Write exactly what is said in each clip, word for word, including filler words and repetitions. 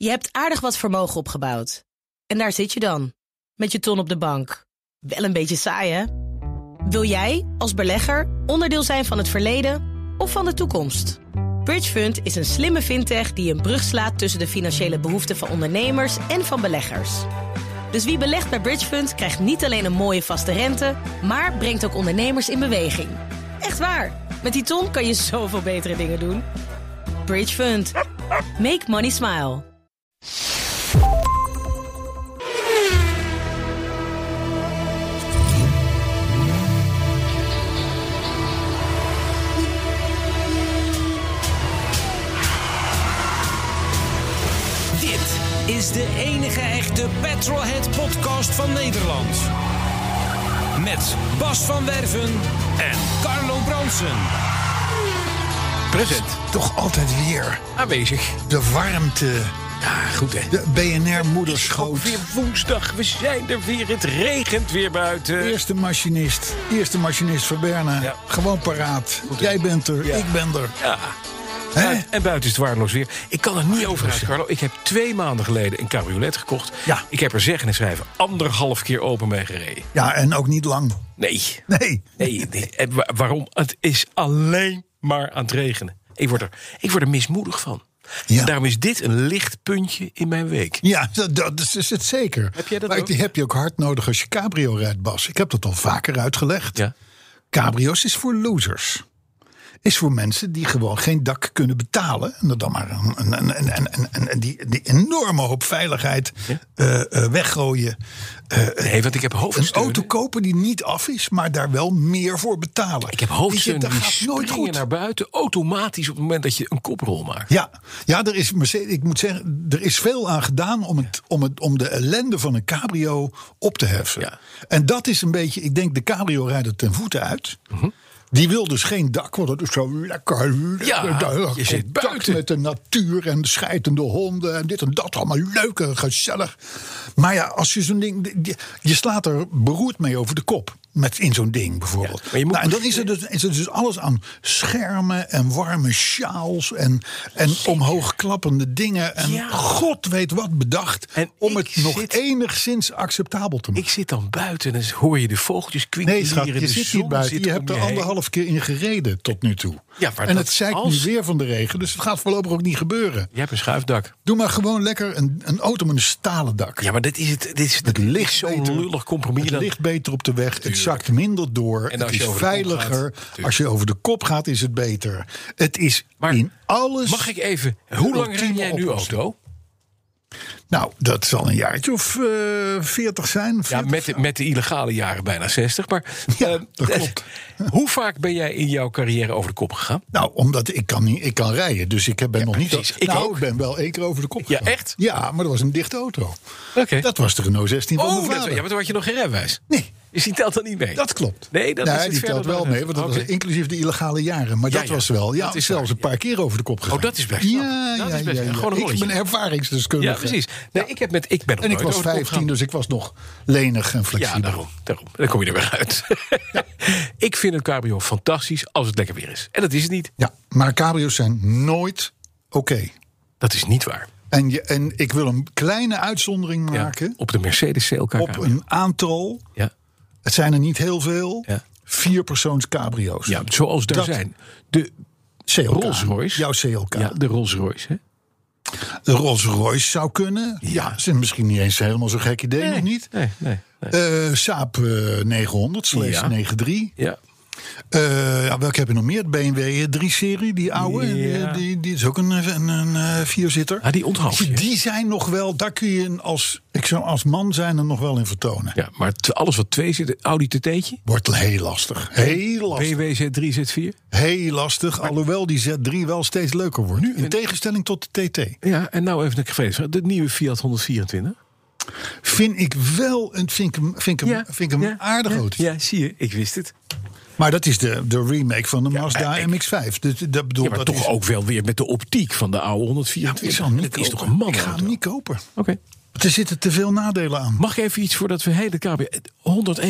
Je hebt aardig wat vermogen opgebouwd. En daar zit je dan, met je ton op de bank. Wel een beetje saai, hè? Wil jij, als belegger, onderdeel zijn van het verleden of van de toekomst? Bridgefund is een slimme fintech die een brug slaat tussen de financiële behoeften van ondernemers en van beleggers. Dus wie belegt bij Bridgefund krijgt niet alleen een mooie vaste rente, maar brengt ook ondernemers in beweging. Echt waar, met die ton kan je zoveel betere dingen doen. Bridgefund. Make money smile. Is de enige echte Petrolhead-podcast van Nederland. Met Bas van Werven en Carlo Bronsen. Present. Toch altijd weer aanwezig. De warmte. Ja, goed hè. De B N R-moederschoot. Weer woensdag, we zijn er weer. Het regent weer buiten. Eerste machinist. Eerste machinist voor Berna. Ja. Gewoon paraat. Goed, Jij bent er, ja. Ik ben er. Ja. Ja, en buiten is het waardeloos weer. Ik kan er niet over uit, Carlo. Ik heb twee maanden geleden een cabriolet gekocht. Ja. Ik heb er zeggen en schrijven anderhalf keer open mee gereden. Ja, en ook niet lang. Nee. Nee. nee, nee. En waarom? Het is alleen maar aan het regenen. Ik word er, ik word er mismoedig van. Ja. Daarom is dit een licht puntje in mijn week. Ja, dat, dat is het zeker. Heb jij dat maar ook? Die heb je ook hard nodig als je cabrio rijdt, Bas. Ik heb dat al vaker uitgelegd. Ja. Cabrio's is voor losers. Is voor mensen die gewoon geen dak kunnen betalen. En dan maar een, een, een, een, een, een, die, die enorme hoop veiligheid ja? uh, uh, weggooien. Uh, nee, want ik heb hoofdsteunen. Een auto kopen die niet af is, maar daar wel meer voor betalen. Ik heb hoofdsteunen die gaat nooit goed naar buiten. Automatisch op het moment dat je een koprol maakt. Ja, ja er is, ik moet zeggen, er is veel aan gedaan om, het, om, het, om de ellende van een cabrio op te heffen. Ja. En dat is een beetje, ik denk de cabrio rijdt er ten voeten uit. Mm-hmm. Die wil dus geen dak, want het is zo lekker. Ja, je zit buiten. Met de natuur en de scheidende honden en dit en dat. Allemaal leuk en gezellig. Maar ja, als je zo'n ding... Je slaat er beroerd mee over de kop. Met in zo'n ding bijvoorbeeld. Ja, nou, en dan is er, dus, is er dus alles aan schermen en warme sjaals en, en omhoogklappende dingen. En ja. God weet wat bedacht en om het nog zit, enigszins acceptabel te maken. Ik zit dan buiten en hoor je de vogeltjes kwinkelen. Nee, schat, je zit niet buiten. Je hebt er je anderhalf keer in gereden tot nu toe. Ja, en het zeikt als... nu weer van de regen, dus het gaat voorlopig ook niet gebeuren. Je hebt een schuifdak. Doe maar gewoon lekker een, een auto met een stalen dak. Ja, maar dit is het. Dit is het, het ligt zo'n lullig compromis. Het ligt beter op de weg. Het zakt minder door. En het is veiliger. Gaat, als je over de kop gaat, is het beter. Het is maar in alles. Mag ik even? Hoe lang rijd jij nu auto? Nou, dat zal een jaartje of uh, veertig zijn. veertig ja, met de, met de illegale jaren bijna zestig. Maar ja, uh, dat klopt. Hoe vaak ben jij in jouw carrière over de kop gegaan? Nou, omdat ik kan, niet, ik kan rijden. Dus ik ben ja, nog niet... Precies, ik nou, ook. ik ben wel één keer over de kop gegaan. Ja, echt? Ja, maar dat was een dichte auto. Okay. Dat was de Renault zestien van oh, mijn vader. Ja, maar toen had je nog geen rijbewijs. Nee. Dus die telt dan niet mee? Dat klopt. Nee, dat nee, is die telt wel mee, want dat okay. was inclusief de illegale jaren. Maar ja, dat ja, was wel, ja, is zelfs een paar keer over de kop gegaan. Oh, dat is best ja, dat ja, is best ja, ja. Gewoon een Ik ben ervaringsdeskundige. Ja, precies. Nee, ik, heb met, ik ben nog en ik nooit was vijftien, dus ik was nog lenig en flexibel. Ja, daarom. daarom. Dan kom je er weer uit. Ja. Ik vind een cabrio fantastisch als het lekker weer is. En dat is het niet. Ja, maar cabrio's zijn nooit oké. Okay. Dat is niet waar. En, je, en ik wil een kleine uitzondering maken. Ja, op de Mercedes C L K Op cabrio. Een aantal... Ja. Het zijn er niet heel veel. Ja. Vierpersoons cabrio's. Ja, zoals er zijn. De C L K. Rolls-Royce. Jouw C L K. Ja, de Rolls-Royce. Hè? De Rolls-Royce zou kunnen. Ja, ja, is misschien niet eens helemaal zo'n gek idee, nee, nog niet. Nee, nee, nee. Uh, Saab uh, negenhonderd slash ja. negenentachtig. Ja. Uh, ja, welke heb je nog meer? De B M W drie serie, die oude. Ja. Die, die, die is ook een, een, een uh, vierzitter. Ah, die onthoud je. Die zijn nog wel, daar kun je als, ik zou als man zijn er nog wel in vertonen. Ja, maar alles wat twee zit, Audi T T'tje? Wordt heel lastig. Heel lastig. B M W Z drie, Z vier? Heel lastig, maar, alhoewel die Z drie wel steeds leuker wordt. Nu in tegenstelling tot de T T. Ja, en nou even een gevraagd. De nieuwe Fiat honderdvierentwintig? Vind ik wel een, vind ik hem, vind ik hem, ja, vind ik hem ja, aardig ja, auto. Ja, zie je, ik wist het. Maar dat is de, de remake van de ja, Mazda ik, M X vijf. Dus, dat bedoel, ja, maar dat toch is, ook wel weer met de optiek van de oude honderdvierentwintig. Ja, ik, dat is toch een man. Ik ga hem niet kopen. Oké. Okay. Er zitten te veel nadelen aan. Mag ik even iets voordat we hele cabrio...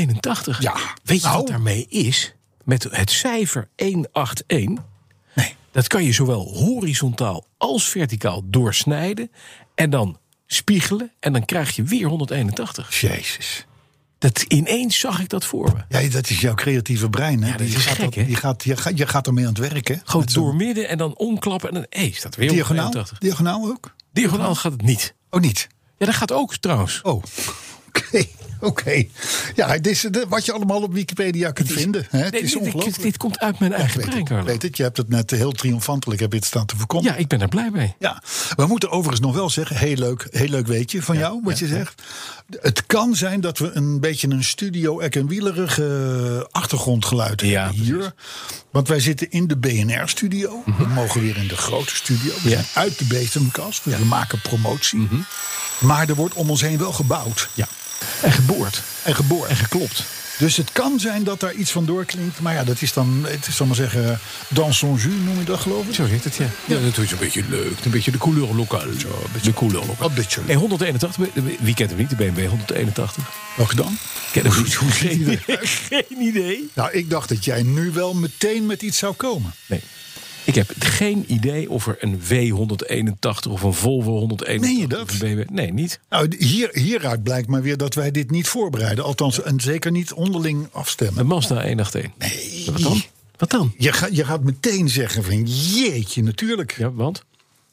honderdeenentachtig. Ja. Weet je nou, wat daarmee is? Met het cijfer honderdeenentachtig. Nee. Dat kan je zowel horizontaal als verticaal doorsnijden. En dan spiegelen. En dan krijg je weer honderdeenentachtig. Jezus. Dat, ineens zag ik dat voor me. Ja, dat is jouw creatieve brein. Hè? Ja, dat is je, gaat gek, dat, je, gaat, je, gaat, je gaat ermee aan het werk. Gewoon doormidden en dan omklappen. En dan hey, staat weer diagonaal? honderdeenentachtig. Diagonaal ook? Diagonaal gaat het niet. Oh, niet? Ja, dat gaat ook trouwens. Oh, oké. Okay. Oké. Okay. Ja, het is wat je allemaal op Wikipedia kunt het is, vinden. Hè? Het nee, is dit, ongelooflijk. Dit, dit komt uit mijn eigen ja, brein, Carlo. Weet het, je hebt het net heel triomfantelijk heb je het staan te verkondigen. Ja, ik ben er blij mee. Ja, we moeten overigens nog wel zeggen, heel leuk, heel leuk weetje van ja, jou, wat ja, je zegt. Ja. Het kan zijn dat we een beetje een studio Eck en Wielerige achtergrondgeluid ja, hebben hier. Precies. Want wij zitten in de B N R-studio. Mm-hmm. We mogen weer in de grote studio. We ja. zijn uit de bezemkast. Dus ja. we maken promotie. Mm-hmm. Maar er wordt om ons heen wel gebouwd. Ja. En geboord. En geboord. En geklopt. Dus het kan zijn dat daar iets van doorklinkt. Maar ja, dat is dan, het is dan maar zeggen, dans son jus noem je dat, geloof ik? Zo heet het, ja. Ja, ja dat is een beetje leuk. Een beetje de couleur lokaal. Zo, een beetje de couleur lokaal. Een beetje leuk. Hey, honderdeenentachtig, wie kent hem niet, de B M W honderdeenentachtig? Welke dan? Ken hem niet. Hoe ziet hij eruit? Geen idee. Nou, ik dacht dat jij nu wel meteen met iets zou komen. Nee. Ik heb geen idee of er een W honderdeenentachtig of een Volvo honderdeenentachtig... Meen je dat? Of een B M W. Nee, niet. Nou, hier, hieruit blijkt maar weer dat wij dit niet voorbereiden. Althans, en zeker niet onderling afstemmen. Een Mazda honderdachttien. Nee. Wat dan? Wat dan? Je, ga, je gaat meteen zeggen van jeetje, natuurlijk. Ja, want?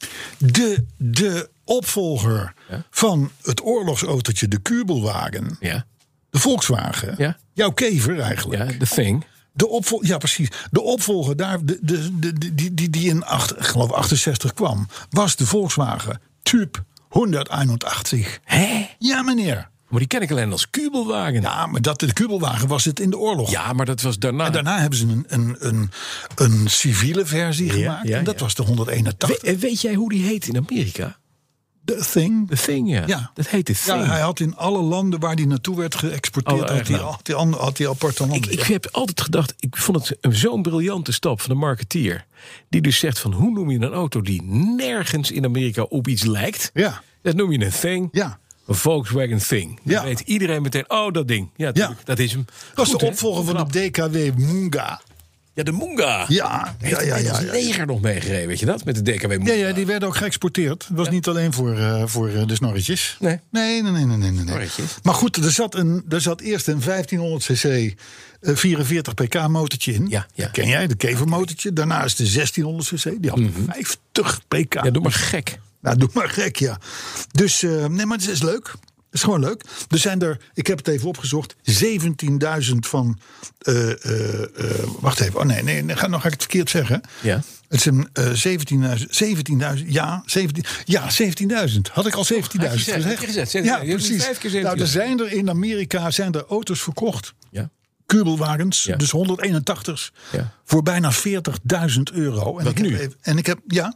De, de opvolger ja? van het oorlogsautootje, de Kübelwagen. Ja. De Volkswagen. Ja. Jouw kever eigenlijk. Ja, de Thing. De opvol- ja, precies. De opvolger daar, de, de, de, die, die, die in acht, ik geloof achtenzestig kwam, was de Volkswagen Typ honderdeenentachtig. Hé? Ja, meneer. Maar die ken ik alleen als Kübelwagen. Ja, maar dat, de Kübelwagen was het in de oorlog. Ja, maar dat was daarna. En daarna hebben ze een, een, een, een civiele versie ja, gemaakt. Ja, en dat ja. was de honderdeenentachtig. We, weet jij hoe die heet in Amerika? The Thing. The Thing, ja. ja. Dat heet The Thing. Ja, hij had in alle landen waar hij naartoe werd geëxporteerd, Oh, had, hij, had, hij, had hij appartementen. Ik, ik heb altijd gedacht, ik vond het een, zo'n briljante stap van de marketeer. Die dus zegt van, hoe noem je een auto die nergens in Amerika op iets lijkt? Ja. Dat noem je een Thing. Ja. Een Volkswagen Thing. Dan ja. weet iedereen meteen, oh, dat ding. Ja, ja. dat is hem. Dat was Goed, de hè? opvolger van de D K W Munga. Ja, de Munga. Ja, ja, ja. ja, ja, ja. leger nog meegereden, weet je dat? Met de D K W Munga. Ja, ja, die werden ook geëxporteerd. Het was ja. niet alleen voor, uh, voor uh, de snorretjes. Nee. Nee, nee, nee, nee, nee, nee. Maar goed, er zat, een, er zat eerst een vijftienhonderd cc uh, vierenveertig pk motortje in. Ja, ja. Dat ken jij, de kevermotortje. Daarna is de zestienhonderd cc. Die had mm-hmm. vijftig pk. Ja, doe maar gek. Nou, doe maar gek, ja. Dus, uh, nee, maar het is leuk. Het is gewoon leuk. Er zijn er, ik heb het even opgezocht, zeventienduizend van. Uh, uh, uh, wacht even. Oh nee, nee, nee, nou ga ik het verkeerd zeggen. Ja. Het zijn uh, zeventienduizend. zeventienduizend. Ja, zeventien, ja, zeventienduizend. Had ik al zeventienduizend oh, gezegd? gezegd? Ja, precies. Nou, er zijn er in Amerika zijn er auto's verkocht. Ja. Kübelwagens, ja. dus honderdeenentachtig. Ja. Voor bijna veertigduizend euro. En Wat ik nu? Heb even, en ik heb, ja.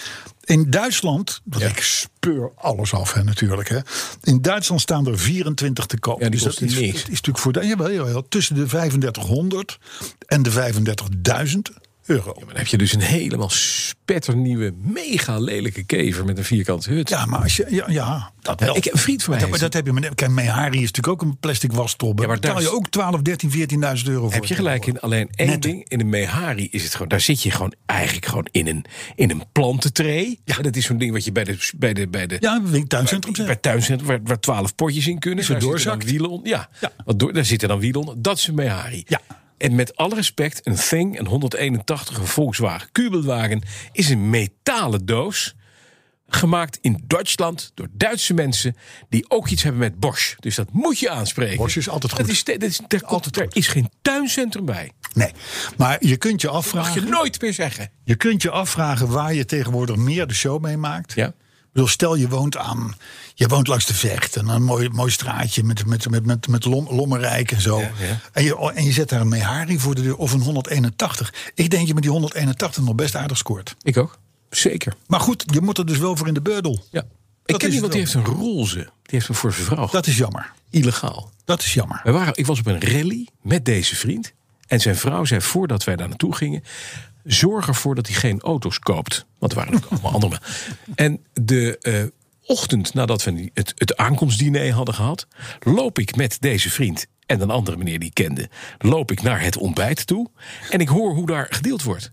In Duitsland, want ja. ik speur alles af hè, natuurlijk. Hè. In Duitsland staan er vierentwintig te koop. Ja, die dus dat is, niks. is natuurlijk voor de, jawel, jawel, tussen de vijfendertighonderd en de vijfendertigduizend euro. Ja, maar dan heb je dus een helemaal spetternieuwe, mega lelijke kever met een vierkante hut. Ja, maar als je, ja, ja dat wel. Ik heb een vriend van mij. Dat, maar dat heb je, maar kijk, Mehari is natuurlijk ook een plastic wasstrobbe. Ja, maar daar betaal je is, ook twaalf, dertien, veertienduizend euro voor. Heb je gelijk in alleen één Net. ding. In een Mehari is het gewoon, daar zit je gewoon eigenlijk gewoon in een, in een plantentray. Ja. Dat is zo'n ding wat je bij de, bij de, bij de ja, tuincentrum bij, bij tuincentrum waar, waar twaalf potjes in kunnen. Daar zitten dan wielen onder. Ja, ja. Wat door, daar zitten dan wielen onder. Dat is een Mehari. Ja. En met alle respect, een Thing, een honderdeenentachtig, een Volkswagen Kübelwagen is een metalen doos. Gemaakt in Duitsland door Duitse mensen die ook iets hebben met Bosch. Dus dat moet je aanspreken. Bosch is altijd goed. Dat is, dat is, er, altijd er is geen tuincentrum bij. Nee, maar je kunt je afvragen. Dat mag je nooit meer zeggen. Je kunt je afvragen waar je tegenwoordig meer de show mee maakt. Ja. Ik bedoel, stel je woont aan, je woont langs de Vecht en een mooi, mooi straatje met, met, met, met, met Lom, Lommerrijk en zo. Ja, ja. En, je, en je zet daar een Mehari voor de deur of een honderdeenentachtig. Ik denk je met die honderdeenentachtig nog best aardig scoort. Ik ook, zeker. Maar goed, je moet er dus wel voor in de beurdel. Ja. Ik ken iemand die heeft een roze. Die heeft hem voor zijn vrouw. Dat is jammer. Illegaal. Dat is jammer. We waren, ik was op een rally met deze vriend. En zijn vrouw zei voordat wij daar naartoe gingen, zorg ervoor dat hij geen auto's koopt. Want er waren ook allemaal andere. En de uh, ochtend nadat we het, het aankomstdiner hadden gehad, loop ik met deze vriend en een andere meneer die ik kende, loop ik naar het ontbijt toe. En ik hoor hoe daar gedeeld wordt.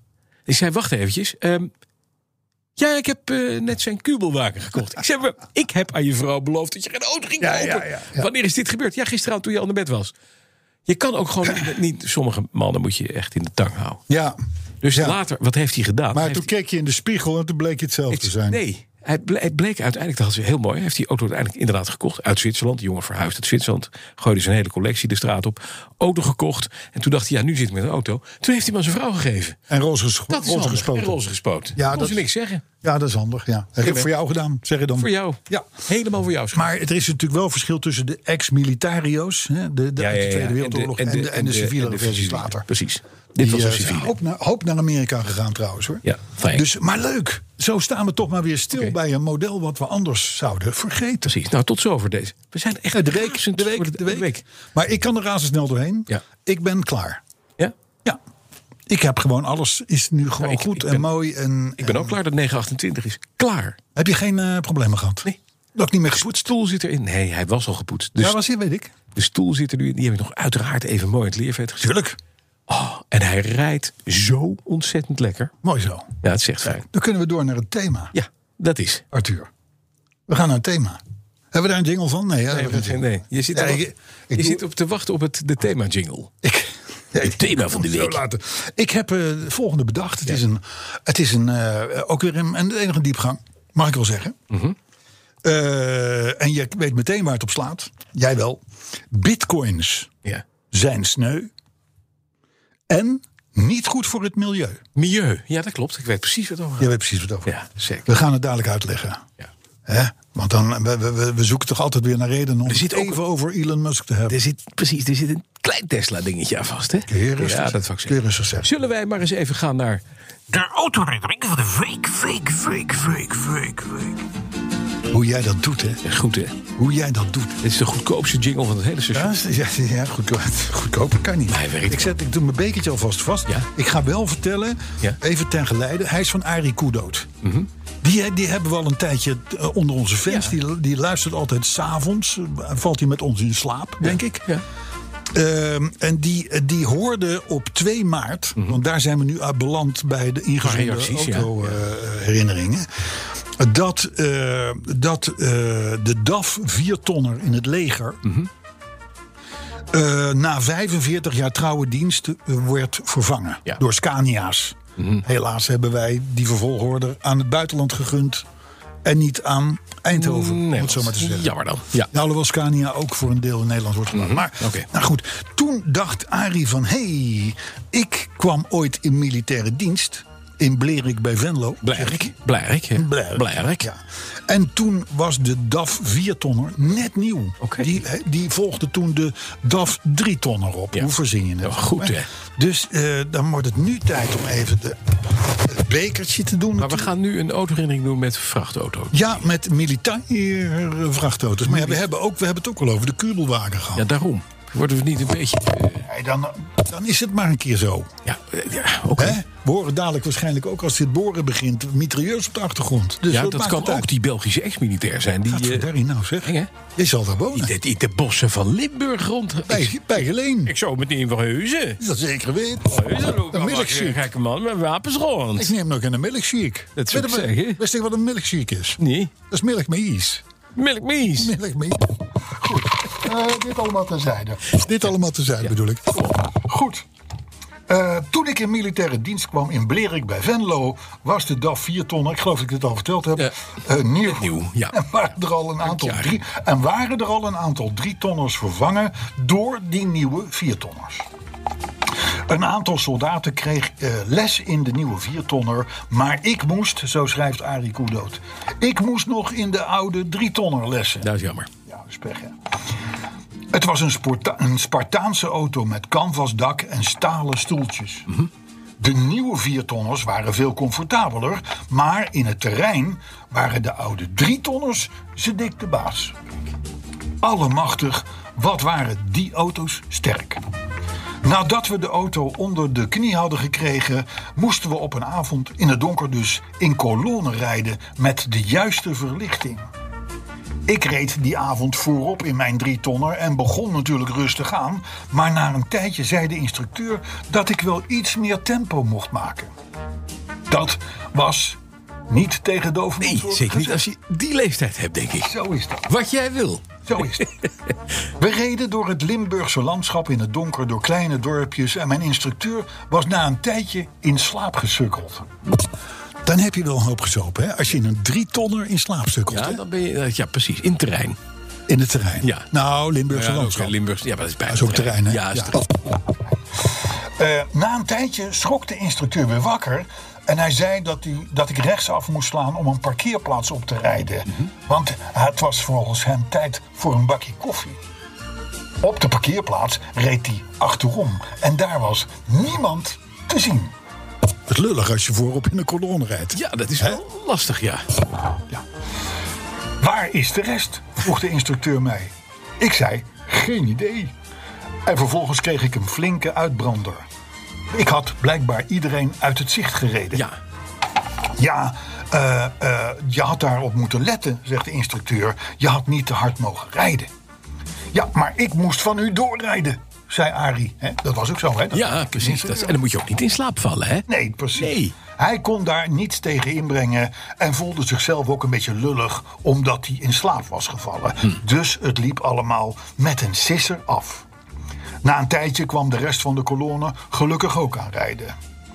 Ik zei, wacht eventjes. Um, ja, ik heb uh, net zijn kubelwagen gekocht. Ik zei, ik heb aan je vrouw beloofd dat je geen auto ging kopen. Ja, ja, ja, ja. Wanneer is dit gebeurd? Ja, gisteravond toen je al naar bed was. Je kan ook gewoon niet... Sommige mannen moet je echt in de tang houden. Ja. Dus ja. later, wat heeft hij gedaan? Maar heeft toen hij... keek je in de spiegel en toen bleek je hetzelfde het, te zijn. Nee, hij bleek, het bleek uiteindelijk, dat was heel mooi. Hij heeft die auto uiteindelijk inderdaad gekocht uit Zwitserland. Die jongen verhuisd uit Zwitserland. Gooide zijn hele collectie de straat op. Auto gekocht. En toen dacht hij, ja, nu zit ik met een auto. Toen heeft hij hem aan zijn vrouw gegeven. En roze, gespo- dat is roze gespoten. En roze gespoten. Ja, dat dat is niks zeggen. Ja, dat is handig. Ja. Ik heb het voor jou gedaan, zeg je dan. Voor jou. Ja. Helemaal voor jou. Schat. Maar er is natuurlijk wel verschil tussen de ex-militario's, hè, de, de, ja, ja, ja. de Tweede Wereldoorlog, en de, en de, en de civiele versies later. Precies. Dit was een civiele. Hoop naar, hoop naar Amerika gegaan trouwens, hoor. Ja, fijn. Dus, maar leuk. Zo staan we toch maar weer stil okay. bij een model wat we anders zouden vergeten. Precies. Nou, tot zover deze. We zijn echt de week, de week, de, de, week. de week. Maar ik kan er razendsnel doorheen. Ja. Ik ben klaar. Ja? Ja. Ik heb gewoon alles is nu gewoon nou, ik, ik goed ben, en mooi. En, ik ben en, ook klaar dat negen achtentwintig is. Klaar. Heb je geen uh, problemen gehad? Nee. Ook niet meer gepoetst? De stoel zit erin. Nee, hij was al gepoetst. Dus ja, was hij, weet ik. De stoel zit er nu in. Die heb ik nog uiteraard even mooi in het leervet gezet. Tuurlijk. Oh, en hij rijdt zo ontzettend lekker. Mooi zo. Ja, het is echt fijn. Dan kunnen we door naar het thema. Ja, dat is. Arthur, we gaan naar het thema. Hebben we daar een jingle van? Nee, nee, we geen, nee. Je, zit, ja, ik, je doe... zit op te wachten op het de thema-jingle. Ik, ja, het thema van de week. Laten. Ik heb uh, het volgende bedacht. Het ja. is, een, het is een, uh, ook weer een, een enige diepgang, mag ik wel zeggen. Mm-hmm. Uh, en je weet meteen waar het op slaat. Jij wel. Bitcoins ja. zijn sneu. En niet goed voor het milieu. Milieu, ja, dat klopt. Ik weet precies wat over gaat. Je weet precies wat over ja, zeker. We gaan het dadelijk uitleggen. Ja. Hè? Want dan, we, we, we zoeken toch altijd weer naar redenen om het even ook, over Elon Musk te hebben. Er zit, precies, er zit een klein Tesla-dingetje aan vast. Hè? Rustig, ja, dat zou ik zeggen. Zullen wij maar eens even gaan naar... de autoherinnering van de week, week, week, week, week, week. Hoe jij dat doet, hè? Ja, goed, hè? Hoe jij dat doet. Dit is de goedkoopste jingle van het hele seizoen. Ja, ja, ja goedkoop, goedkoper kan niet. Nee, ik, zet, ik doe mijn bekertje alvast vast. Ja? Ik ga wel vertellen, ja? even ten geleide. Hij is van Arie Koedoot. Mm-hmm. Die, die hebben we al een tijdje onder onze fans. Ja. Die, die luistert altijd 's avonds. Valt hij met ons in slaap, denk ja. ik. Ja. Uh, en die, die hoorde op twee maart... Mm-hmm. want daar zijn we nu uit beland bij de ingezonde auto-herinneringen... Ja. Uh, dat, uh, dat uh, de D A F vier tonner in het leger... Mm-hmm. uh, na vijfenveertig jaar trouwe dienst uh, werd vervangen ja. door Scania's. Mm-hmm. Helaas hebben wij die vervolgorder aan het buitenland gegund... en niet aan Eindhoven, om het zo maar te zeggen. Jammer dan. Ja. Nou, alhoewel Scania ook voor een deel in Nederland wordt gemaakt. Mm-hmm. Maar okay. nou goed, toen dacht Arie van... hé, hey, ik kwam ooit in militaire dienst... in Blerik bij Venlo. Blerik, Blerik, hè? Blerik. Blerik. Ja. En toen was de D A F vier tonner net nieuw. Okay. Die, die volgde toen de D A F drie tonner op. Ja. Hoe verzin je het? Oh, goed, hè? Dus uh, dan wordt het nu tijd om even de, het bekertje te doen. Maar natuurlijk. we gaan nu een autoherinnering doen met vrachtauto's. Ja, met militaire vrachtauto's. Maar ja, we hebben, ook, we hebben het ook al over de kubelwagen gehad. Ja, daarom. Worden we niet een beetje... Uh... Nee, dan, dan is het maar een keer zo. Ja, ja oké. Okay. We horen dadelijk waarschijnlijk ook als dit boren begint... mitrailleurs op de achtergrond. Dus ja, dat, dat kan ook uit. Die Belgische ex-militair zijn. Die, Gaat uh, nou zeg. Eng, hè? Je zal daar wonen. Die, die de bossen van Limburg rond. Bij, bij Geleen. Ik zou meteen verhuizen. Is dat zeker weten? Oh, een milkshake. Een gekke man met wapens rond. Ik neem nog een milkshake. Dat zou ik zeggen. Wist je wat een milkshake is? Nee. Dat is milk met ijs. Milk met ijs? Milk met ijs. Goed. Uh, dit allemaal terzijde. Dit allemaal terzijde ja. bedoel ik. Goed. Uh, toen ik in militaire dienst kwam in Blerik bij Venlo... was de D A F vier tonner, ik geloof dat ik het al verteld heb... Ja. Uh, nieuw. nieuw ja. en, waren er al een aantal drie, en waren er al een aantal drie tonners vervangen... door die nieuwe vier tonners. Een aantal soldaten kreeg uh, les in de nieuwe vier tonner... maar ik moest, zo schrijft Arie Koedoot... ik moest nog in de oude drie tonner lessen. Dat is jammer. Ja, dat is pech, ja. Het was een, Sporta- een Spartaanse auto met canvasdak en stalen stoeltjes. Mm-hmm. De nieuwe viertonners waren veel comfortabeler... maar in het terrein waren de oude drietonners ze dik de baas. Allemachtig, wat waren die auto's sterk. Nadat we de auto onder de knie hadden gekregen... moesten we op een avond in het donker dus in kolonne rijden... met de juiste verlichting. Ik reed die avond voorop in mijn drietonner en begon natuurlijk rustig aan... maar na een tijdje zei de instructeur dat ik wel iets meer tempo mocht maken. Dat was niet tegen doofheid. Nee, zeker niet als je die leeftijd hebt, denk ik. Zo is dat. Wat jij wil. Zo is het. We reden door het Limburgse landschap in het donker, door kleine dorpjes. En mijn instructeur was na een tijdje in slaap gesukkeld. Dan heb je wel een hoop gezopen, hè? Als je in een drietonner in slaap sukkelt. Ja, hè? dan ben je, ja, precies. In terrein. In het terrein. Ja. Nou, Limburgse Ja, landschap. okay, Limburgs, ja, maar dat is bij Dat is ook terrein, hè? Ja, is Ja. terrein. Uh, na een tijdje schrok de instructeur weer wakker. En hij zei dat, hij, dat ik rechtsaf moest slaan om een parkeerplaats op te rijden. Mm-hmm. Want het was volgens hem tijd voor een bakje koffie. Op de parkeerplaats reed hij achterom. En daar was niemand te zien. Het lullig als je voorop in een kolonne rijdt. Ja, dat is wel He? lastig, ja. ja. Waar is de rest? Vroeg de instructeur mij. Ik zei, geen idee. En vervolgens kreeg ik een flinke uitbrander. Ik had blijkbaar iedereen uit het zicht gereden. Ja. Ja, uh, uh, je had daarop moeten letten, zegt de instructeur. Je had niet te hard mogen rijden. Ja, maar ik moest van u doorrijden, zei Arie. He, dat was ook zo, hè? Dat ja, precies. Dat is, en dan moet je ook niet in slaap vallen, hè? Nee, precies. Nee. Hij kon daar niets tegen inbrengen en voelde zichzelf ook een beetje lullig, omdat hij in slaap was gevallen. Hm. Dus het liep allemaal met een sisser af. Na een tijdje kwam de rest van de kolonne gelukkig ook aanrijden.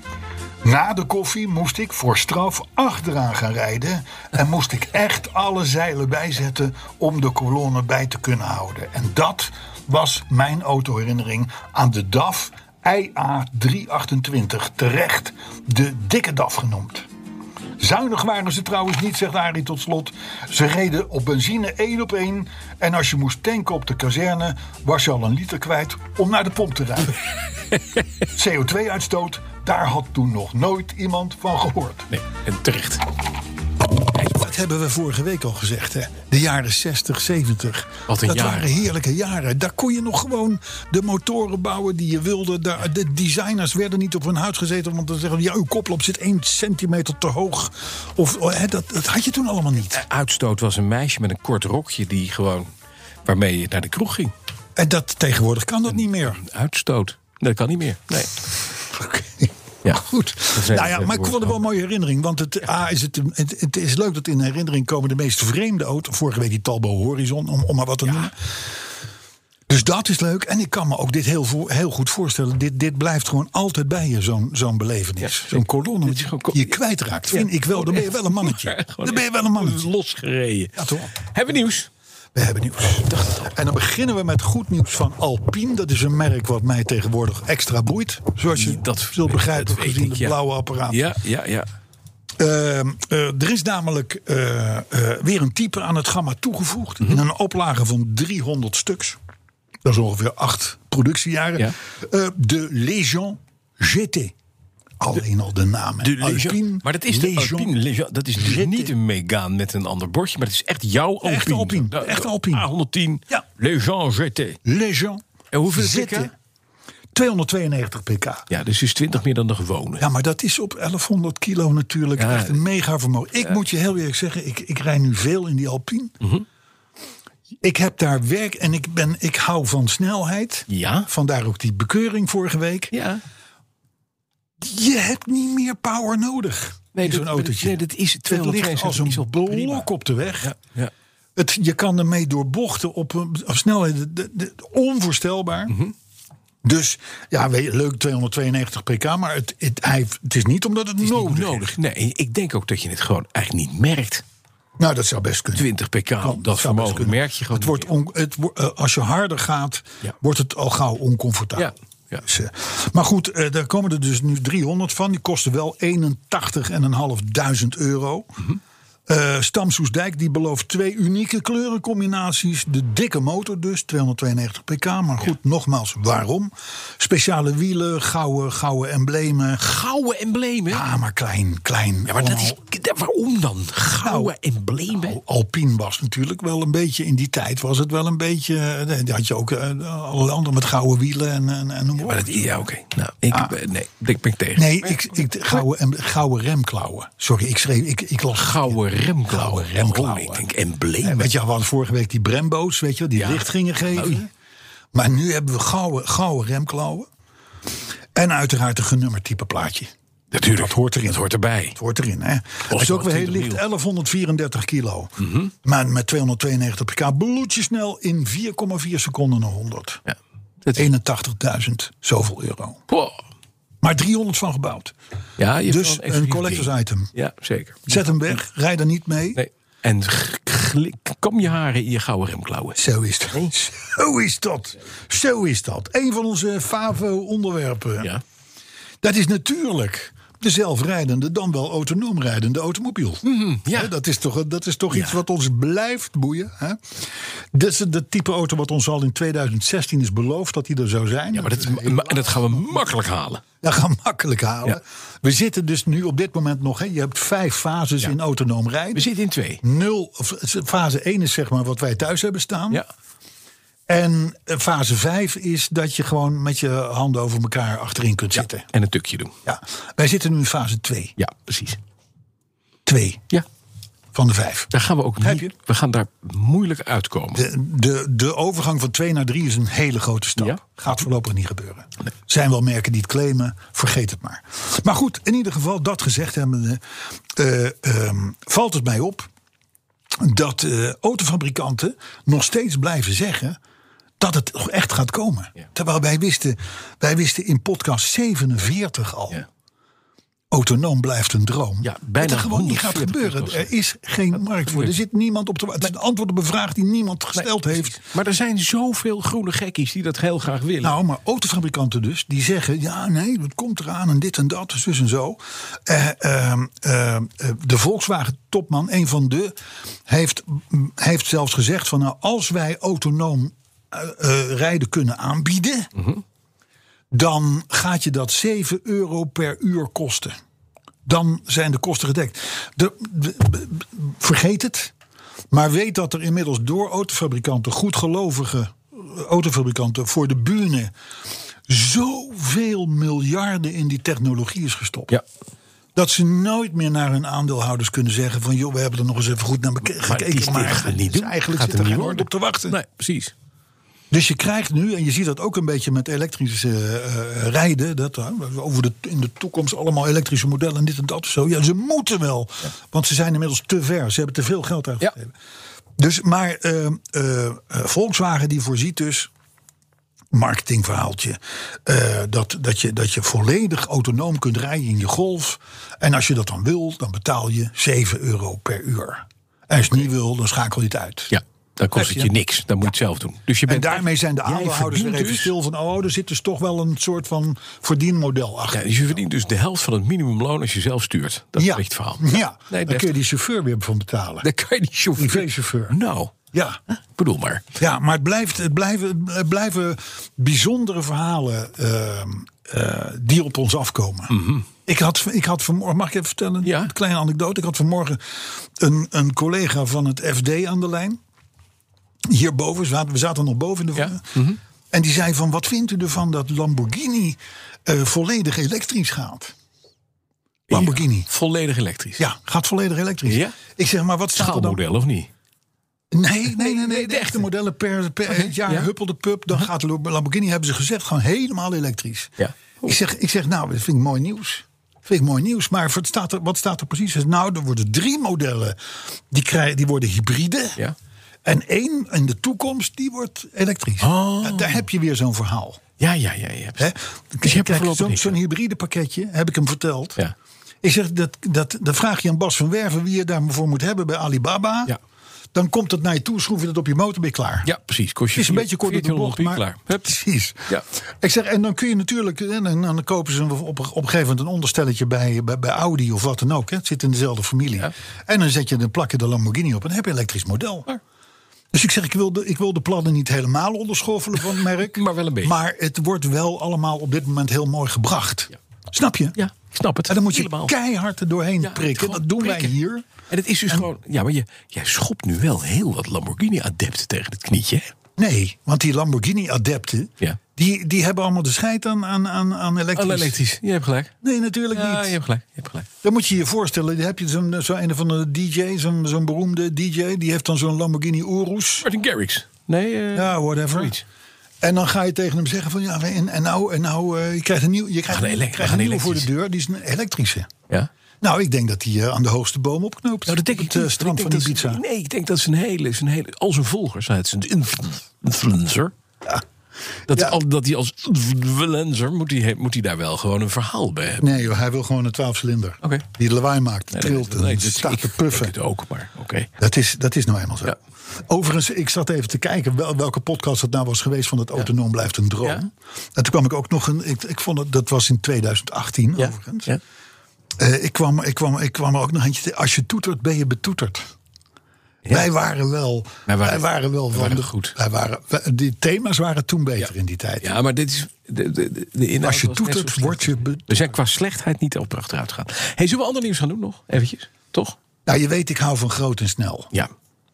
Na de koffie moest ik voor straf achteraan gaan rijden en moest ik echt alle zeilen bijzetten om de kolonne bij te kunnen houden. En dat was mijn autoherinnering aan de D A F I A driehonderdachtentwintig, terecht de dikke D A F genoemd. Zuinig waren ze trouwens niet, zegt Arie tot slot. Ze reden op benzine één op één. En als je moest tanken op de kazerne, was je al een liter kwijt om naar de pomp te rijden. C O twee uitstoot, daar had toen nog nooit iemand van gehoord. Nee, en terecht. Dat hebben we vorige week al gezegd, hè? De jaren zestig, zeventig. Wat een dat jaren. waren heerlijke jaren. Daar kon je nog gewoon de motoren bouwen die je wilde. Daar, de designers werden niet op hun huid gezeten. Want dan zeggen we, ja, uw koplop zit één centimeter te hoog. Of, hè, dat, dat had je toen allemaal niet. Uitstoot was een meisje met een kort rokje die gewoon, waarmee je naar de kroeg ging. En dat tegenwoordig kan dat een, niet meer. Uitstoot. Dat kan niet meer. Nee. Oké. Okay. Ja, goed. Nou ja, maar ik vond het wel een mooie herinnering. Want het, A, is het, het, het is leuk dat in herinnering komen de meest vreemde auto. Vorige week die Talbot Horizon, om, om maar wat te ja. noemen. Dus dat is leuk. En ik kan me ook dit heel, heel goed voorstellen. Dit, dit blijft gewoon altijd bij je, zo'n, zo'n belevenis. Ja, zo'n kolonne die je kwijtraakt. Vind ja, ik wel. Dan ben je wel een mannetje. Dan ben je wel een mannetje. Losgereden. Ja, toch? Hebben we nieuws? We hebben nieuws. En dan beginnen we met goed nieuws van Alpine. Dat is een merk wat mij tegenwoordig extra boeit. Zoals je dat zult begrijpen, gezien het ja. blauwe apparaat. Ja, ja, ja. Uh, uh, er is namelijk uh, uh, weer een type aan het gamma toegevoegd. Mm-hmm. In een oplage van driehonderd stuks. Dat is ongeveer acht productiejaren. Ja. Uh, de Légion G T. Alleen al de naam. De Alpine, maar dat is de Alpine Légion. Dat is dus niet een Megane met een ander bordje, maar het is echt jouw Alpine. Echt Alpine. De, echt Alpine. A honderdtien. Ja. Légion G T. Légion. En hoeveel pk? tweehonderdtweeënnegentig pk. Ja, dus is twintig meer dan de gewone. Ja, maar dat is op elfhonderd kilo natuurlijk ja, echt een mega vermogen. Ik ja. moet je heel eerlijk zeggen, ik, ik rij nu veel in die Alpine. Mm-hmm. Ik heb daar werk en ik, ben, ik hou van snelheid. Ja. Vandaar ook die bekeuring vorige week. Ja. Je hebt niet meer power nodig nee, in zo'n dat, autootje. Nee, dat is het ligt als een blok prima. Op de weg. Ja, ja. Het, je kan ermee door bochten op, op snelheden. De, de, onvoorstelbaar. Mm-hmm. Dus ja, leuk tweehonderdtweeënnegentig pk, maar het, het, hij, het is niet omdat het, het is nodig, niet nodig is. Nee, ik denk ook dat je het gewoon eigenlijk niet merkt. Nou, dat zou best kunnen. twintig pk, kan, dat vermogen merk je gewoon. Het wordt on, het, uh, als je harder gaat, ja. wordt het al gauw oncomfortabel. Ja. Ja. Dus, uh, maar goed, uh, daar komen er dus nu driehonderd van. Die kosten wel eenentachtig vijfhonderd euro. Mm-hmm. Uh, Stam Soesdijk die belooft twee unieke kleurencombinaties. De dikke motor dus, tweehonderdtweeënnegentig pk. Maar goed, ja. nogmaals, waarom? Speciale wielen, gouden, gouden emblemen. Gouden emblemen? Ja, maar klein, klein. Ja, maar dat is, waarom dan? Gouden nou, emblemen? Nou, Alpine was natuurlijk wel een beetje, in die tijd was het wel een beetje... Die had je ook uh, alle andere met gouden wielen en, en, en noem ja, maar. Dat, ja, oké. Okay. Nou, ik, ah. nee, ik ben tegen. Nee, ik, ik, gouden, gouden remklauwen. Sorry, ik schreef... Ik, ik las gouden remklauwen. remklauwen. Oh, ik denk embleem. Ja, weet je, we hadden vorige week die Brembo's, weet je wel, die ja. licht gingen geven. Oh, ja. Maar nu hebben we gouden, gouden remklauwen. En uiteraard een genummerd type plaatje. Natuurlijk. Dat hoort erin. Dat hoort erbij. Het hoort erin, hè. Hij is ook weer heel licht, elfhonderdvierendertig kilo. Mm-hmm. Maar met tweehonderdtweeënnegentig pk, bloedje snel in vier komma vier seconden naar honderd. Ja, eenentachtigduizend, zoveel euro. Wow. Maar driehonderd van gebouwd. Ja, je dus een, een collectors ding. Item. Ja, zeker. Zet hem weg, rij er niet mee. Nee. En kam je haren in je gouden remklauwen. Zo is dat. Nee. Zo is dat. Zo is dat. Een van onze Favo-onderwerpen. Ja. Dat is natuurlijk de zelfrijdende, dan wel autonoom rijdende automobiel. Mm-hmm, ja. He, dat is toch, dat is toch ja. iets wat ons blijft boeien. Hè? Dat is het type auto wat ons al in tweeduizend zestien is beloofd dat die er zou zijn. Ja, maar dat, is, ma- dat gaan we makkelijk halen. Dat gaan we makkelijk halen. Ja. We zitten dus nu op dit moment nog... Hè, je hebt vijf fases ja. in autonoom rijden. We zitten in twee. Nul, fase één is zeg maar wat wij thuis hebben staan. Ja. En fase vijf is dat je gewoon met je handen over elkaar achterin kunt ja, zitten. En een tukje doen. Ja. Wij zitten nu in fase twee. Ja, precies. Twee. Ja. Van de vijf. Daar gaan we ook niet. We gaan daar moeilijk uitkomen. De, de, de overgang van twee naar drie is een hele grote stap. Ja? Gaat voorlopig niet gebeuren. Nee. Zijn wel merken die het claimen, vergeet het maar. Maar goed, in ieder geval dat gezegd hebbende, uh, um, valt het mij op dat uh, autofabrikanten nog steeds blijven zeggen dat het toch echt gaat komen. Ja. Terwijl wij wisten, wij wisten in podcast zevenenveertig al. Ja. Autonoom blijft een droom. Ja, bijna dat het gewoon niet gaat gebeuren. Er is geen markt voor. Er zit niemand op te wachten. Het is een antwoord op een vraag die niemand gesteld nee, heeft. Maar er zijn zoveel groene gekkies die dat heel graag willen. Nou, maar autofabrikanten dus, die zeggen... ja, nee, dat komt eraan en dit en dat, dus en zo. Uh, uh, uh, de Volkswagen-topman, een van de... heeft, heeft zelfs gezegd van... nou, als wij autonoom uh, uh, rijden kunnen aanbieden... Mm-hmm. dan gaat je dat zeven euro per uur kosten. Dan zijn de kosten gedekt. De, de, de, vergeet het. Maar weet dat er inmiddels door autofabrikanten, goedgelovige autofabrikanten voor de bühne zoveel miljarden in die technologie is gestopt. Ja. Dat ze nooit meer naar hun aandeelhouders kunnen zeggen van joh, we hebben er nog eens even goed naar bekeken. Maar, gekeken, maar gaat niet doen. Eigenlijk gaat zit er niet geen orde op te wachten. Nee, precies. Dus je krijgt nu, en je ziet dat ook een beetje met elektrische uh, rijden... dat uh, over de, in de toekomst allemaal elektrische modellen en dit en dat. Zo. Ja, ze moeten wel, ja. want ze zijn inmiddels te ver. Ze hebben te veel geld uitgegeven. Ja. Dus, maar uh, uh, Volkswagen die voorziet dus, marketingverhaaltje... Uh, dat, dat, je, dat je volledig autonoom kunt rijden in je Golf. En als je dat dan wil, dan betaal je zeven euro per uur. En als je het niet wil, dan schakel je het uit. Ja. Dan kost het je niks. Dan moet je het zelf doen. Dus je bent en daarmee zijn de aandeelhouders weer even dus stil van... oh, er zit dus toch wel een soort van verdienmodel achter. Ja, dus je verdient dus de helft van het minimumloon als je zelf stuurt. Dat ja. is het verhaal. Ja, nee, dan kun je die chauffeur weer van betalen. Dan kan je die chauffeur... privéchauffeur. Nou, ja. Huh? bedoel maar. Ja, maar het, blijft, het, blijven, het blijven bijzondere verhalen uh, uh, die op ons afkomen. Mm-hmm. Ik had, ik had vanmorgen, mag ik even vertellen? Ja? Een kleine anekdote. Ik had vanmorgen een, een collega van het F D aan de lijn. Hierboven, we zaten, we zaten nog boven in de ja. mm-hmm. En die zei van, wat vindt u ervan dat Lamborghini uh, volledig elektrisch gaat? Lamborghini. Ja, volledig elektrisch? Ja, gaat volledig elektrisch. Ja? Ik zeg, maar wat staat er dan? Schaalmodel of niet? Nee, nee, nee, nee. De echte modellen per, per okay, jaar ja. huppelde pup. Dan gaat Lamborghini, hebben ze gezegd, gewoon helemaal elektrisch. Ja. Ik, zeg, ik zeg, nou, dat vind ik mooi nieuws. Vind ik mooi nieuws. Maar wat staat er, wat staat er precies? Nou, er worden drie modellen. Die, krijgen, die worden hybride. Ja. En één in de toekomst, die wordt elektrisch. Oh. Daar heb je weer zo'n verhaal. Ja, ja, ja. ja. He? Dus je hebt zo'n, zo'n hybride pakketje, heb ik hem verteld. Ja. Ik zeg, dat, dat, dan vraag je aan Bas van Werven wie je daarvoor moet hebben bij Alibaba. Ja. Dan komt het naar je toe, schroef je het op je motor, ben je klaar. Ja, precies. Kost je het is een beetje kort op de bocht, maar klaar. Precies. Ja. Ik zeg, en dan kun je natuurlijk, en dan, dan kopen ze op, op een gegeven moment een onderstelletje bij, bij, bij Audi of wat dan ook. Hè. Het zit in dezelfde familie. Ja. En dan zet je, dan plak je de Lamborghini op en dan heb je een elektrisch model. Ja. Dus ik zeg, ik wil, de, ik wil de plannen niet helemaal onderschoffelen van het merk. Maar wel een beetje. Maar het wordt wel allemaal op dit moment heel mooi gebracht. Ja. Snap je? Ja, ik snap het. En dan moet je helemaal. keihard er doorheen ja, prikken. Dat doen prikken. wij hier. En het is dus en, gewoon... Ja, maar je, jij schopt nu wel heel wat Lamborghini-adepten tegen het knietje. Hè? Nee, want die Lamborghini-adepten... Ja. Die, die hebben allemaal de scheid aan, aan, aan, aan elektrisch. Aan elektrisch, je hebt gelijk. Nee, natuurlijk ja, niet. Je hebt gelijk, je hebt gelijk. Dan moet je je voorstellen, dan heb je zo'n, zo een van de D J, zo'n, zo'n beroemde D J... die heeft dan zo'n Lamborghini Urus. Martin Garrix. Nee, uh, ja, whatever. Zoiets. En dan ga je tegen hem zeggen van ja, en, en nou, en nou uh, je krijgt een nieuw, je krijgt, ele- je krijgt een nieuwe voor de deur, die is een elektrische. Ja? Nou, ik denk dat hij uh, aan de hoogste boom opknoopt. Nou, dat denk op ik het uh, niet. strand Ik van denk Ibiza. dat, nee, ik denk dat zijn hele, zijn hele, al zijn volgers, het is een influencer. Ja. Dat, Ja. al, dat hij als influencer moet hij, moet hij daar wel gewoon een verhaal bij hebben. Nee joh, hij wil gewoon een twaalf-cilinder. Oké. Die lawaai maakt, Nee, trilt, nee, nee, en dat- staat ik te denk puffen. het ook, maar oké. Dat is, dat is nou eenmaal zo. Ja. Overigens, ik zat even te kijken wel, welke podcast het nou was geweest van het autonoom blijft een droom. Ja. En toen kwam ik ook nog een. Ik, ik vond het, dat was in twintig achttien Ja. overigens. Ja. Uh, ik, kwam, ik, kwam, ik kwam er ook nog eentje te. Als je toetert, ben je betoeterd. Ja. Wij waren wel. Wij waren- wij waren wel wij van waren de, goed. Wij waren, wij- die thema's waren toen beter in die tijd. Ja, maar dit is de, de, de, de inhoud Als je was net zo toetert, slecht. word je. Be- We zijn qua slechtheid niet op achteruit gegaan. Hey, zullen we ander nieuws gaan doen nog? Eventjes, toch? Nou, je weet, ik hou van groot en snel. Ja.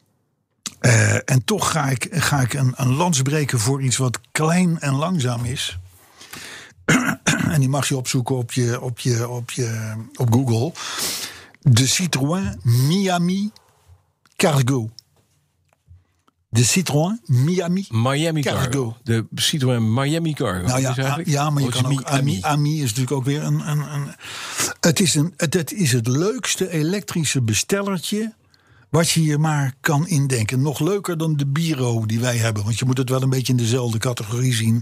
Uh, en toch ga ik, ga ik een, een lans breken voor iets wat klein en langzaam is. En die mag je opzoeken op, je, op, je, op, je, op Google. De Citroën Miami Cargo. De Citroën Miami Miami Cargo. Cargo. De Citroën Miami Cargo. Nou ja, Dus eigenlijk- ja, maar je Oh, kan het is ook Ami. Ami is natuurlijk ook weer een. een, een het, is een het, het is het leukste elektrische bestellertje wat je je maar kan indenken. Nog leuker dan de Biro die wij hebben, want je moet het wel een beetje in dezelfde categorie zien.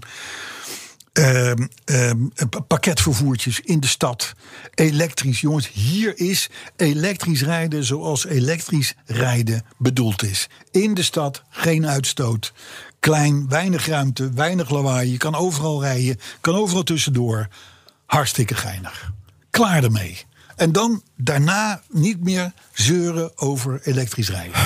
Um, um, pakketvervoertjes in de stad. Elektrisch. Jongens, hier is elektrisch rijden zoals elektrisch rijden bedoeld is. In de stad, geen uitstoot. Klein, weinig ruimte, weinig lawaai. Je kan overal rijden, kan overal tussendoor. Hartstikke geinig. Klaar ermee. En dan daarna niet meer zeuren over elektrisch rijden.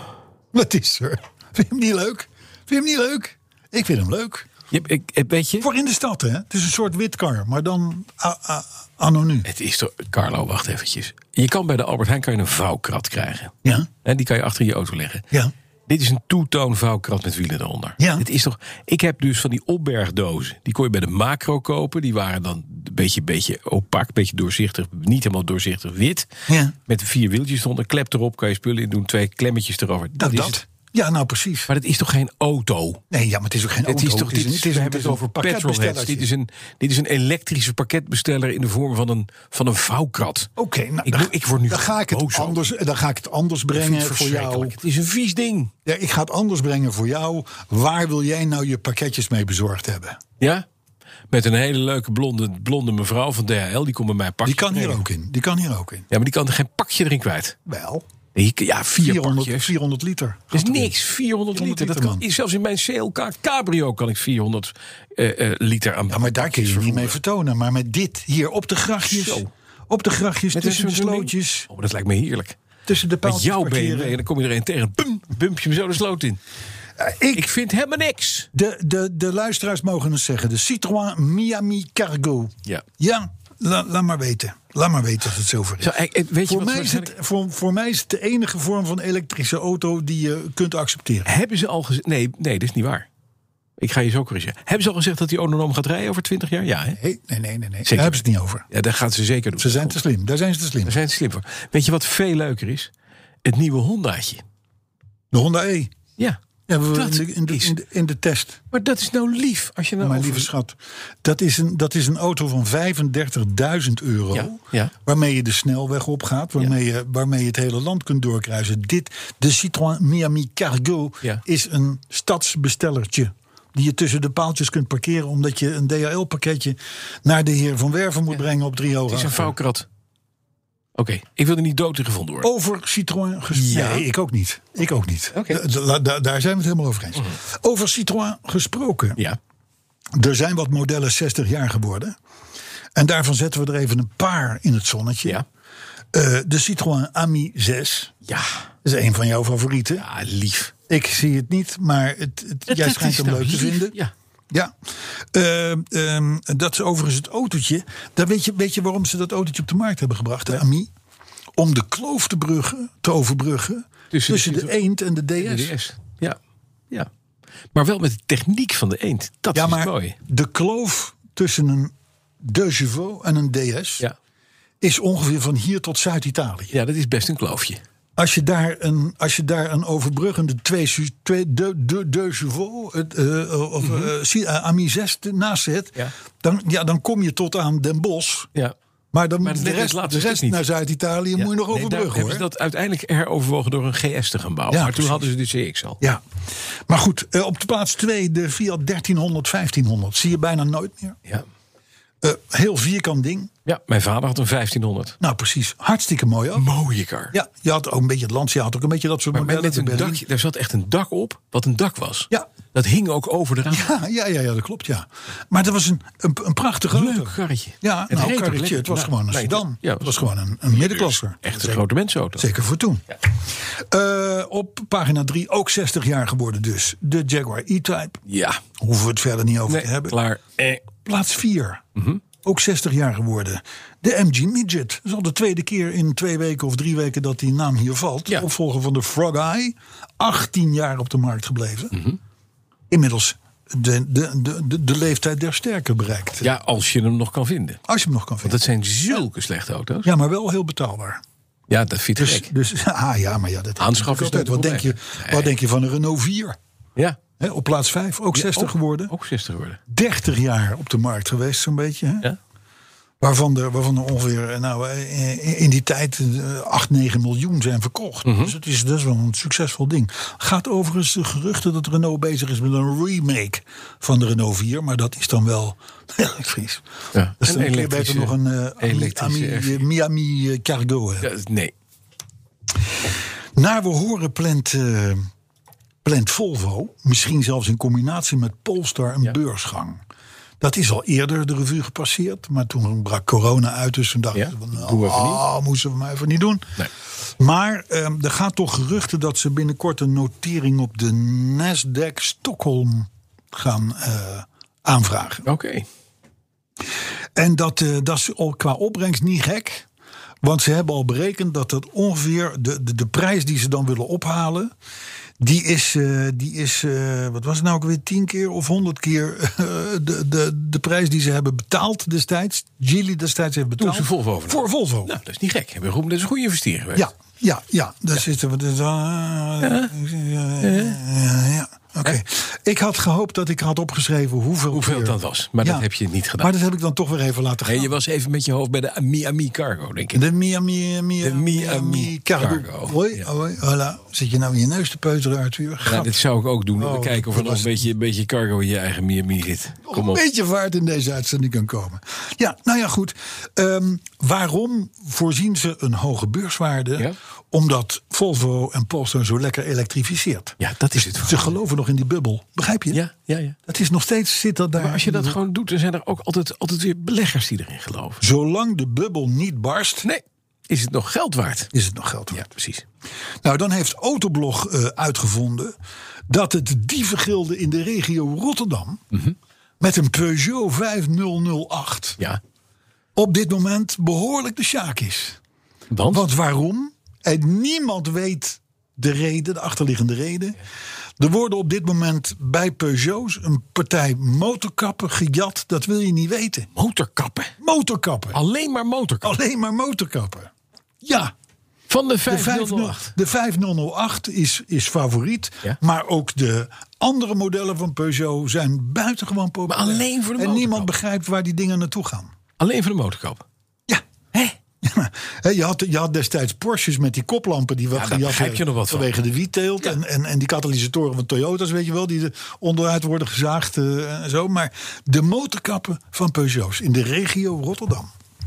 Wat is er? Vind je hem niet leuk? Vind je hem niet leuk? Ik vind hem leuk. Je, ik, ik, weet je? Voor in de stad, hè? Het is een soort witcar, maar dan a, a, anno nu. Het is toch, Carlo, wacht eventjes. Je kan bij de Albert Heijn kan je een vouwkrat krijgen. Ja, En die kan je achter je auto leggen. ja. Dit is een two-tone vouwkrat met wielen eronder. Ja. Het is toch, ik heb dus van die opbergdozen. Die kon je bij de Macro kopen. Die waren dan een beetje, beetje opaak, een beetje doorzichtig. Niet helemaal doorzichtig wit. Ja. Met de vier wieltjes eronder. Klep erop, kan je spullen in doen. Twee klemmetjes erover. Dat Nou, is dat. het. Ja, nou precies. Maar het is toch geen auto? Nee, ja, maar het is ook geen Het auto. is toch, dit een- is, we een- hebben het een over petrolheads. pakketbestellertje. Dit is, een, dit is een elektrische pakketbesteller in de vorm van een, van een vouwkrat. Oké, nou, Ik dan, doe- ik word nu dan, ga ik het boos anders, dan ga ik het anders Ik vind brengen het voor jou. verschrikkelijk. Het is een vies ding. Ja, ik ga het anders brengen voor jou. Waar wil jij nou je pakketjes mee bezorgd hebben? Ja? Met een hele leuke blonde, blonde mevrouw van D H L. Die komt bij mij pakken. Die kan hier ook in. Die kan hier ook in. Ja, maar die kan er geen pakje erin kwijt. Wel. Nee, ja, vier vierhonderd, pakjes. vierhonderd liter. Dat is Gaat erin. niks, vierhonderd liter. Dat liter, kan, zelfs in mijn C L K Cabrio kan ik vierhonderd uh, uh, liter aan. Ja, maar daar kun je je niet mee vertonen. Maar met dit hier op de grachtjes. Zo. Op de grachtjes, Met tussen de zo'n ding. slootjes. Oh, dat lijkt me heerlijk. Tussen de Met paaltjes jouw B M W parkeren. en dan kom je er een tegen. Bum, bump je hem zo de sloot in. Uh, ik, Ik vind helemaal niks. de, de, de luisteraars mogen het zeggen. De Citroën Miami Cargo. Ja. Ja, la, laat maar weten. Laat maar weten dat het zover is. Zo, ik- ik- weet je Voor wat mij, is waarschijnlijk- het, voor, voor mij is het de enige vorm van elektrische auto die je kunt accepteren. Hebben ze al gezegd... Nee, nee, dat is niet waar. Ik ga je zo corrigeren. Hebben ze al gezegd dat die autonoom gaat rijden over twintig jaar? Ja, hè? Nee, nee, nee, nee. nee. Daar Zeker. hebben ze het niet over. Ja, daar gaan ze zeker doen. Ze zijn te slim. Daar zijn ze te slim. Daar zijn ze slim voor. Weet je wat veel leuker is? Het nieuwe Hondaatje. De Honda E. Ja, Ja, we dat in de, in, de, is... in, de, in de test. Maar dat is nou lief. Als je nou Mijn over- lieve schat. Dat is een, dat is een auto van vijfendertigduizend euro. Ja, ja. Waarmee je de snelweg opgaat. Waarmee, je, waarmee je het hele land kunt doorkruisen. Dit, de Citroën Miami Cargo, Ja. is een stadsbestellertje. Die je tussen de paaltjes kunt parkeren. Omdat je een D H L-pakketje naar de heer Van Werven moet brengen op drie hoog. Het is een vouwkrat. Oké, ik wil er niet dood in gevonden worden. Over Citroën gesproken. Ja. Nee, ik ook niet. Ik ook niet. Oké. Da- da- da- daar zijn we het helemaal over eens. Over Citroën gesproken. Ja. Er zijn wat modellen zestig jaar geworden. En daarvan zetten we er even een paar in het zonnetje. Ja. Uh, de Citroën Ami zes. Ja. Dat is een van jouw favorieten. Ja, lief. Ik zie het niet, maar het, het, Dat- jij dat schijnt is hem nou leuk te lief. vinden. Ja. Ja. Uh, um, dat is overigens het autootje. Daar weet, je, weet je waarom ze dat autootje op de markt hebben gebracht, de Ami? Om de kloof te, bruggen, te overbruggen tussen, Tussen de tussen de eend en de D S. De D S. Ja. Ja. Maar wel met de techniek van de eend. Dat Ja, is maar mooi. de kloof tussen een deux chevaux en een D S Ja. is ongeveer van hier tot Zuid-Italië. Ja, dat is best een kloofje. Als je daar een, als je daar een overbruggende twee, twee de, de, de chevaux, uh, of uh, mm-hmm. Ami zes naast zet, ja. Dan, ja, dan kom je tot aan Den Bosch. Ja. Maar, dan, maar de rest, de rest naar Zuid-Italië ja. moet je nog nee, overbruggen, hoor. Hebben ze dat uiteindelijk heroverwogen door een G S te gaan bouwen. Ja, maar toen precies. hadden ze de C X al. Ja. Maar goed, uh, op de plaats twee de Fiat dertienhonderd, vijftienhonderd. Zie je bijna nooit meer. Ja. Uh, heel vierkant ding. Ja, mijn vader had een vijftienhonderd. Nou, precies. Hartstikke mooi ook. Mooie kar. Ja, je had ook een beetje het Lancia, je had ook een beetje dat soort maar modellen. Met een dakje, daar zat echt een dak op, wat een dak was. Ja. Dat hing ook over de raam. Ja, ja, ja, ja, dat klopt, ja. Maar dat was een, een, een prachtig auto. Leuk karretje. Ja, het nou, karretje. Het was nou, gewoon een nee, sedan. Ja, het was gewoon een, een middenklasser. Echt een zeker, grote mensenauto. Zeker voor toen. Ja. Uh, op pagina drie, ook zestig jaar geworden dus. De Jaguar E-Type. Ja. Hoeven we het verder niet over nee, te hebben. Klaar. Eh. Plaats vier. Mm-hmm. Ook zestig jaar geworden. De M G Midget. Dat is al de tweede keer in twee weken of drie weken dat die naam hier valt. Ja. Opvolger van de Frog Eye. achttien jaar op de markt gebleven. Mm-hmm. Inmiddels de, de, de, de, de leeftijd der sterken bereikt. Ja, als je hem nog kan vinden. Als je hem nog kan vinden. Want dat zijn zulke ja. slechte auto's. Ja, maar wel heel betaalbaar. Ja, dat vind ik dus, gek. Dus, ah ja, maar ja, dat aanschaf is altijd. Wat denk, je, nee. wat denk je van een Renault vier? Ja. He, op plaats vijf, ook ja, zestig ook, geworden. Ook zestig geworden. dertig jaar op de markt geweest, zo'n beetje. Hè? Ja. Waarvan er, waarvan er ongeveer nou, in die tijd acht, negen miljoen zijn verkocht. Mm-hmm. Dus het is, dat is wel een succesvol ding. Gaat overigens de geruchten dat Renault bezig is met een remake van de Renault vier. Maar dat is dan wel elektrisch. Ja, dat is dan een keer beter nog een uh, Ami, Miami Cargo. Ja, nee. Naar we horen plant, uh, plant Volvo, misschien zelfs in combinatie met Polestar, een ja. beursgang. Dat is al eerder de revue gepasseerd. Maar toen brak corona uit. Dus toen dachten ja, we, nou, oh, moesten we maar even niet doen. Nee. Maar um, er gaat toch geruchten dat ze binnenkort een notering op de Nasdaq Stockholm gaan uh, aanvragen. Oké. Okay. En dat, uh, dat is qua opbrengst niet gek. Want ze hebben al berekend dat het ongeveer de, de, de prijs die ze dan willen ophalen. Die is, uh, die is uh, wat was het nou ook weer, tien keer of honderd keer uh, de, de, de prijs die ze hebben betaald destijds. Geely destijds heeft betaald. Toen ze Volvo over. Voor Volvo. Nou, dat is niet gek. Dat is een goede investering geweest. Ja, ja, ja. Daar ja. zitten we. Dus, uh, ja. ja, ja, ja. Oké. Okay. Ik had gehoopt dat ik had opgeschreven hoeveel, hoeveel keer... dat was. Maar ja. dat heb je niet gedaan. Maar dat heb ik dan toch weer even laten gaan. Nee, je was even met je hoofd bij de Miami Cargo, denk ik. De Miami, Miami, de Miami, Miami Cargo. Cargo. Hoi, ja. hoi, voilà. Zit je nou in je neus te peuteren, Arthur? Ja, dit zou ik ook doen. Oh, kijken of er nog een beetje, een beetje cargo in je eigen Miami zit. Kom op. Een beetje vaart in deze uitzending kan komen. Ja, nou ja, goed. Um, waarom voorzien ze een hoge beurswaarde? Ja? Omdat Volvo en Polestar zo lekker elektrificeert. Ja, dat is het. Ze geloven nog in die bubbel. Begrijp je? Ja, ja, ja. Dat is nog steeds, zit dat daar. Maar als je dat gewoon doet, dan zijn er ook altijd, altijd weer beleggers die erin geloven. Zolang de bubbel niet barst. Nee, is het nog geld waard? Is het nog geld waard? Ja, precies. Nou, dan heeft Autoblog uh, uitgevonden dat het dievengilde in de regio Rotterdam mm-hmm. met een Peugeot vijfhonderd acht ja. op dit moment behoorlijk de sjaak is. Want? Want waarom? En niemand weet de reden, de achterliggende reden. Er worden op dit moment bij Peugeots een partij motorkappen gejat. Dat wil je niet weten. Motorkappen? Motorkappen. Alleen maar motorkappen? Alleen maar motorkappen. Ja. Van de vijfhonderd acht? De vijfhonderd acht is, is favoriet. Ja? Maar ook de andere modellen van Peugeot zijn buitengewoon populair. Maar alleen voor de motorkap? En niemand begrijpt waar die dingen naartoe gaan. Alleen voor de motorkap? Ja. Hé? Ja, je, had, je had destijds Porsches met die koplampen die wat ja, gejat je nog wat vanwege van. de wietteelt. Ja. En, en, en die katalysatoren van Toyota's, weet je wel, die er onderuit worden gezaagd uh, en zo. Maar de motorkappen van Peugeots in de regio Rotterdam.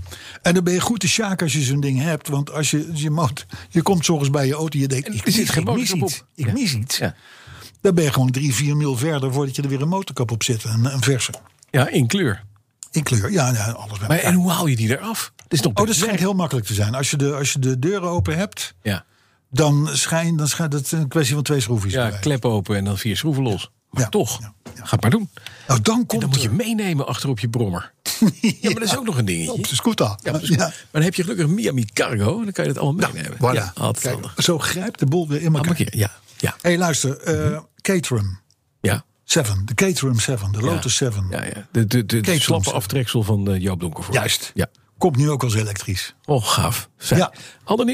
En dan ben je goed te sjaak als je zo'n ding hebt. Want als je je, motor, je komt zorgens bij je auto en je denkt, ik, mis, ik mis iets. Ik ja. mis iets. Ja. Dan ben je gewoon drie, vier mil verder voordat je er weer een motorkap op zet. Een, een verse. Ja, in kleur. In kleur, ja, ja alles bij maar en hoe haal je die eraf? Dat is nog oh, dat schijnt heel makkelijk te zijn. Als je de, als je de deuren open hebt, ja. dan schijnt dan schijnt het een kwestie van twee schroefjes. Ja, klep open en dan vier schroeven los. Maar ja, toch, ja, ja. ga het maar doen. Nou, dan komt en dan moet je er... meenemen achter op je brommer. ja, ja, maar dat is ook nog een dingetje. Op de scooter. Ja, op de scooter. Ja. Maar dan heb je gelukkig een Miami Cargo. Dan kan je dat allemaal meenemen. Nou, voilà. Ja, altijd Kijk, zo grijpt de boel weer in elkaar. Keer, ja, ja. Hé, hey, luister. Uh, Caterham. Ja. zeven, de Caterham zeven, de Lotus ja. zeven. Ja, ja. De, de, de, de slappe aftreksel van uh, Joop Donkervoort. Juist. Ja. Komt nu ook als elektrisch. Oh, gaaf. Fijn. Ja. Ander nieuws?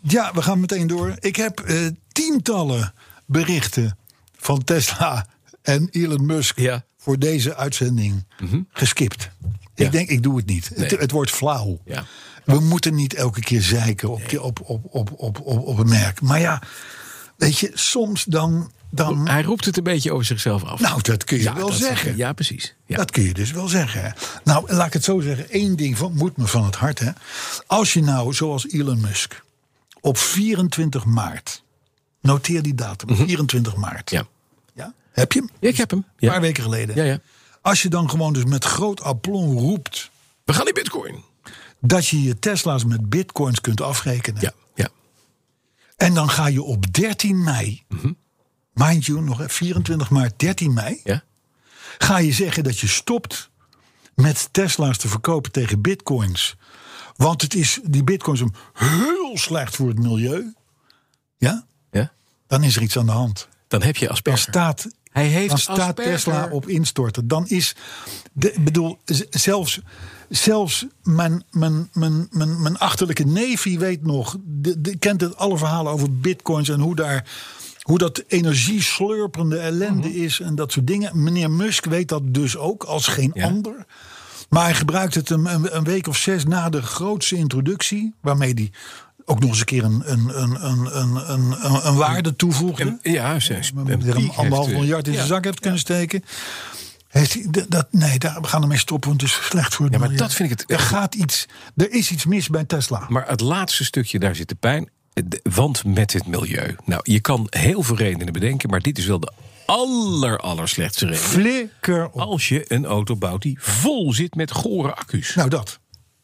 Ja, we gaan meteen door. Ik heb uh, tientallen berichten van Tesla en Elon Musk ja. voor deze uitzending mm-hmm. geskipt. Ja. Ik denk, ik doe het niet. Nee. Het, het wordt flauw. Ja. We moeten niet elke keer zeiken op, nee. op, op, op, op, op, op een merk. Maar ja, weet je, soms dan... dan... Hij roept het een beetje over zichzelf af. Nou, dat kun je ja, wel zeggen. Is, ja, precies. Ja. Dat kun je dus wel zeggen. Hè. Nou, laat ik het zo zeggen. Eén ding van, moet me van het hart. Hè. Als je nou, zoals Elon Musk, op vierentwintig maart... noteer die datum, mm-hmm. vierentwintig maart. Ja. Ja? Heb je hem? Ja, ik heb hem. Een ja. paar weken geleden. Ja, ja. Als je dan gewoon dus met groot aplomb roept... we gaan die bitcoin. Dat je je Tesla's met bitcoins kunt afrekenen. Ja, ja. En dan ga je op dertien mei... Mm-hmm. mind you, nog vierentwintig maart, dertien mei... Ja? ga je zeggen dat je stopt met Tesla's te verkopen tegen bitcoins. Want het is, die bitcoins zijn heel slecht voor het milieu. Ja? Ja? Dan is er iets aan de hand. Dan heb je Asperger. Dan staat, Hij heeft dan staat Asperger. Tesla op instorten. Dan is, de, bedoel, zelfs, zelfs mijn, mijn, mijn, mijn, mijn achterlijke neefie weet nog, de, de, kent het alle verhalen over bitcoins en hoe daar... hoe dat energieslurpende ellende mm-hmm. is en dat soort dingen. Meneer Musk weet dat dus ook als geen ja. ander. Maar hij gebruikt het een, een, een week of zes na de grootste introductie, waarmee hij ook nog eens een keer een, een, een, een, een, een, een waarde toevoegde. En, ja, zes. Met een anderhalf miljard in zijn ja. zak heeft kunnen ja. steken. Heeft hij, dat, nee, daar, we gaan ermee stoppen, want het is slecht voor het ja, maar milieu. dat vind ik het. Er gaat iets. Er is iets mis bij Tesla. Maar het laatste stukje, daar zit de pijn. Want met het milieu. Nou, je kan heel veel redenen bedenken, maar dit is wel de aller, aller slechtste reden. Flikker op. Als je een auto bouwt die vol zit met gore accu's. Nou, dat.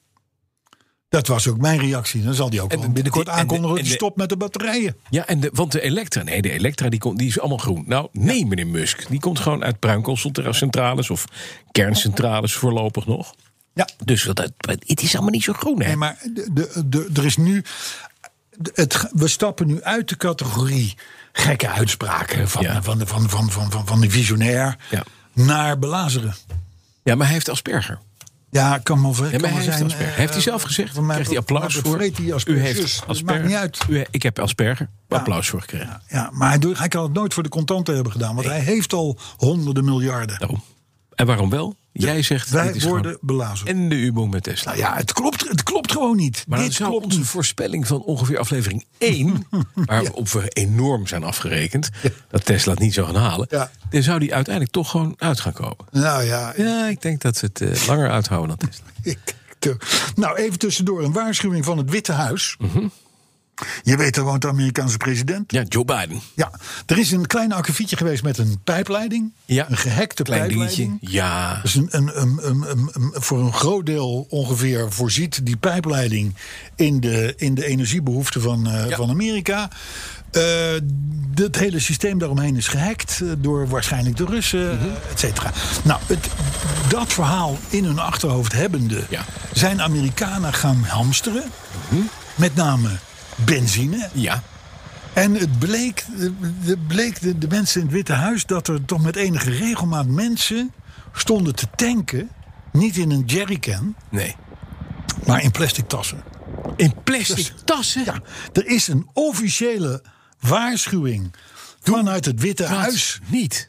Dat was ook mijn reactie. Dan zal die ook en, binnenkort die, aankondigen dat hij stopt met de batterijen. Ja, en de, want de Elektra, nee, de Elektra die, komt, die is allemaal groen. Nou, nee, ja. meneer Musk. Die komt gewoon uit bruinkoolcentrales of kerncentrales voorlopig nog. Ja. Dus dat, het is allemaal niet zo groen, hè? Nee, maar de, de, de, er is nu... Het, we stappen nu uit de categorie gekke uitspraken van, ja. van, van, van, van, van, van de visionair ja. naar belazeren. Ja, maar hij heeft Asperger. Ja, kan wel, ja, kan maar wel hij zijn. Heeft, uh, heeft hij zelf gezegd? Van mij, krijgt hij applaus voor? Hij U heeft Asperger. Maakt niet uit. U, ik heb Asperger. Ja. Applaus voor gekregen. Ja, ja, maar hij, doet, hij kan het nooit voor de contanten hebben gedaan. Want nee. hij heeft al honderden miljarden. Daarom. En waarom wel? Jij zegt, wij dit is worden belazerd. En de U-boom met Tesla. Nou ja, het klopt, het klopt gewoon niet. Maar dit dat zou klopt onze niet. voorspelling van ongeveer aflevering één... waarop ja. we enorm zijn afgerekend... Ja. dat Tesla het niet zou gaan halen... Ja. dan zou die uiteindelijk toch gewoon uit gaan komen. Nou ja... Ja, ik denk dat ze het uh, langer uithouden dan Tesla. Nou, even tussendoor een waarschuwing van het Witte Huis... Mm-hmm. Je weet, er woont de Amerikaanse president. Ja, Joe Biden. Ja, er is een klein akkefietje geweest met een pijpleiding. Ja, een gehackte klein pijpleiding. Dingetje. Ja. Dus een, een, een, een, een, een, voor een groot deel ongeveer voorziet die pijpleiding in de, in de energiebehoeften van, uh, ja. van Amerika. Uh, het hele systeem daaromheen is gehackt uh, door waarschijnlijk de Russen, mm-hmm. et cetera. Nou, het, dat verhaal in hun achterhoofd hebbende, ja. zijn Amerikanen gaan hamsteren. Mm-hmm. Met name benzine. Ja. En het bleek, de, bleek de, de mensen in het Witte Huis dat er toch met enige regelmaat mensen stonden te tanken. Niet in een jerrycan. Nee. Maar in plastic tassen. In plastic dus, tassen? Ja. Er is een officiële waarschuwing Doe, vanuit het Witte Huis. Niet.